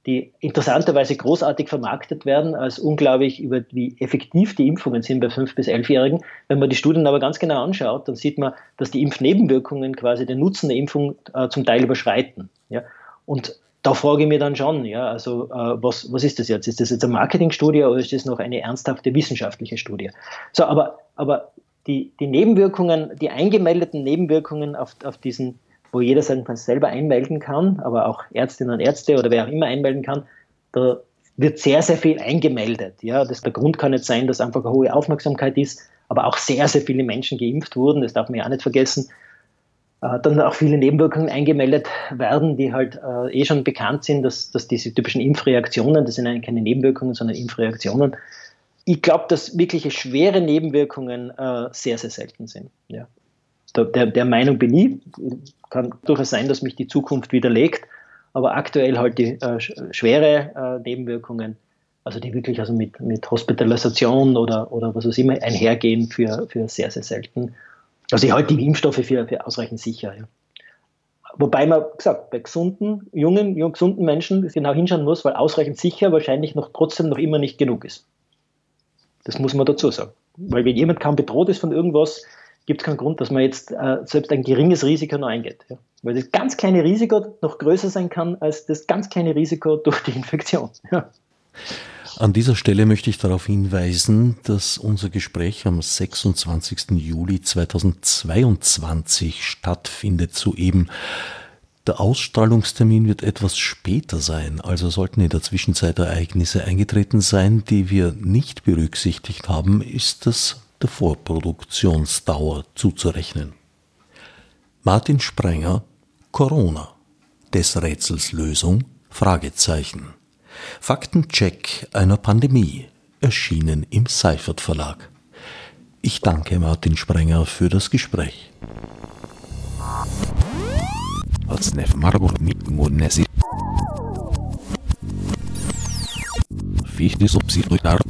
die interessanterweise großartig vermarktet werden, als unglaublich über wie effektiv die Impfungen sind bei 5- bis 11-Jährigen. Wenn man die Studien aber ganz genau anschaut, dann sieht man, dass die Impfnebenwirkungen quasi den Nutzen der Impfung zum Teil überschreiten. Ja? Und da frage ich mich dann schon, ja, also was ist das jetzt? Ist das jetzt eine Marketingstudie oder ist das noch eine ernsthafte wissenschaftliche Studie? So, aber die Nebenwirkungen, die eingemeldeten Nebenwirkungen auf diesen, wo jeder sein selber einmelden kann, aber auch Ärztinnen und Ärzte oder wer auch immer einmelden kann, da wird sehr, sehr viel eingemeldet. Ja, der Grund kann nicht sein, dass einfach eine hohe Aufmerksamkeit ist, aber auch sehr, sehr viele Menschen geimpft wurden, das darf man ja auch nicht vergessen. Dann auch viele Nebenwirkungen eingemeldet werden, die halt schon bekannt sind, dass diese typischen Impfreaktionen, das sind eigentlich keine Nebenwirkungen, sondern Impfreaktionen. Ich glaube, dass wirkliche schwere Nebenwirkungen sehr, sehr selten sind. Ja. Der Meinung bin ich, kann durchaus sein, dass mich die Zukunft widerlegt, aber aktuell halt die schwere Nebenwirkungen, also die wirklich also mit Hospitalisation oder was auch immer einhergehen, für sehr, sehr selten. Also ich halte die Impfstoffe für ausreichend sicher. Ja. Wobei man, gesagt, bei gesunden Menschen genau hinschauen muss, weil ausreichend sicher wahrscheinlich trotzdem noch immer nicht genug ist. Das muss man dazu sagen. Weil wenn jemand kaum bedroht ist von irgendwas, gibt es keinen Grund, dass man jetzt selbst ein geringes Risiko noch eingeht. Ja. Weil das ganz kleine Risiko noch größer sein kann als das ganz kleine Risiko durch die Infektion. Ja. An dieser Stelle möchte ich darauf hinweisen, dass unser Gespräch am 26. Juli 2022 stattfindet, soeben. Der Ausstrahlungstermin wird etwas später sein, also sollten in der Zwischenzeit Ereignisse eingetreten sein, die wir nicht berücksichtigt haben, ist das der Vorproduktionsdauer zuzurechnen. Martin Sprenger, Corona, des Rätsels Lösung? Fragezeichen. Faktencheck einer Pandemie, erschienen im Seifert Verlag. Ich danke Martin Sprenger für das Gespräch. Fichte subsidiar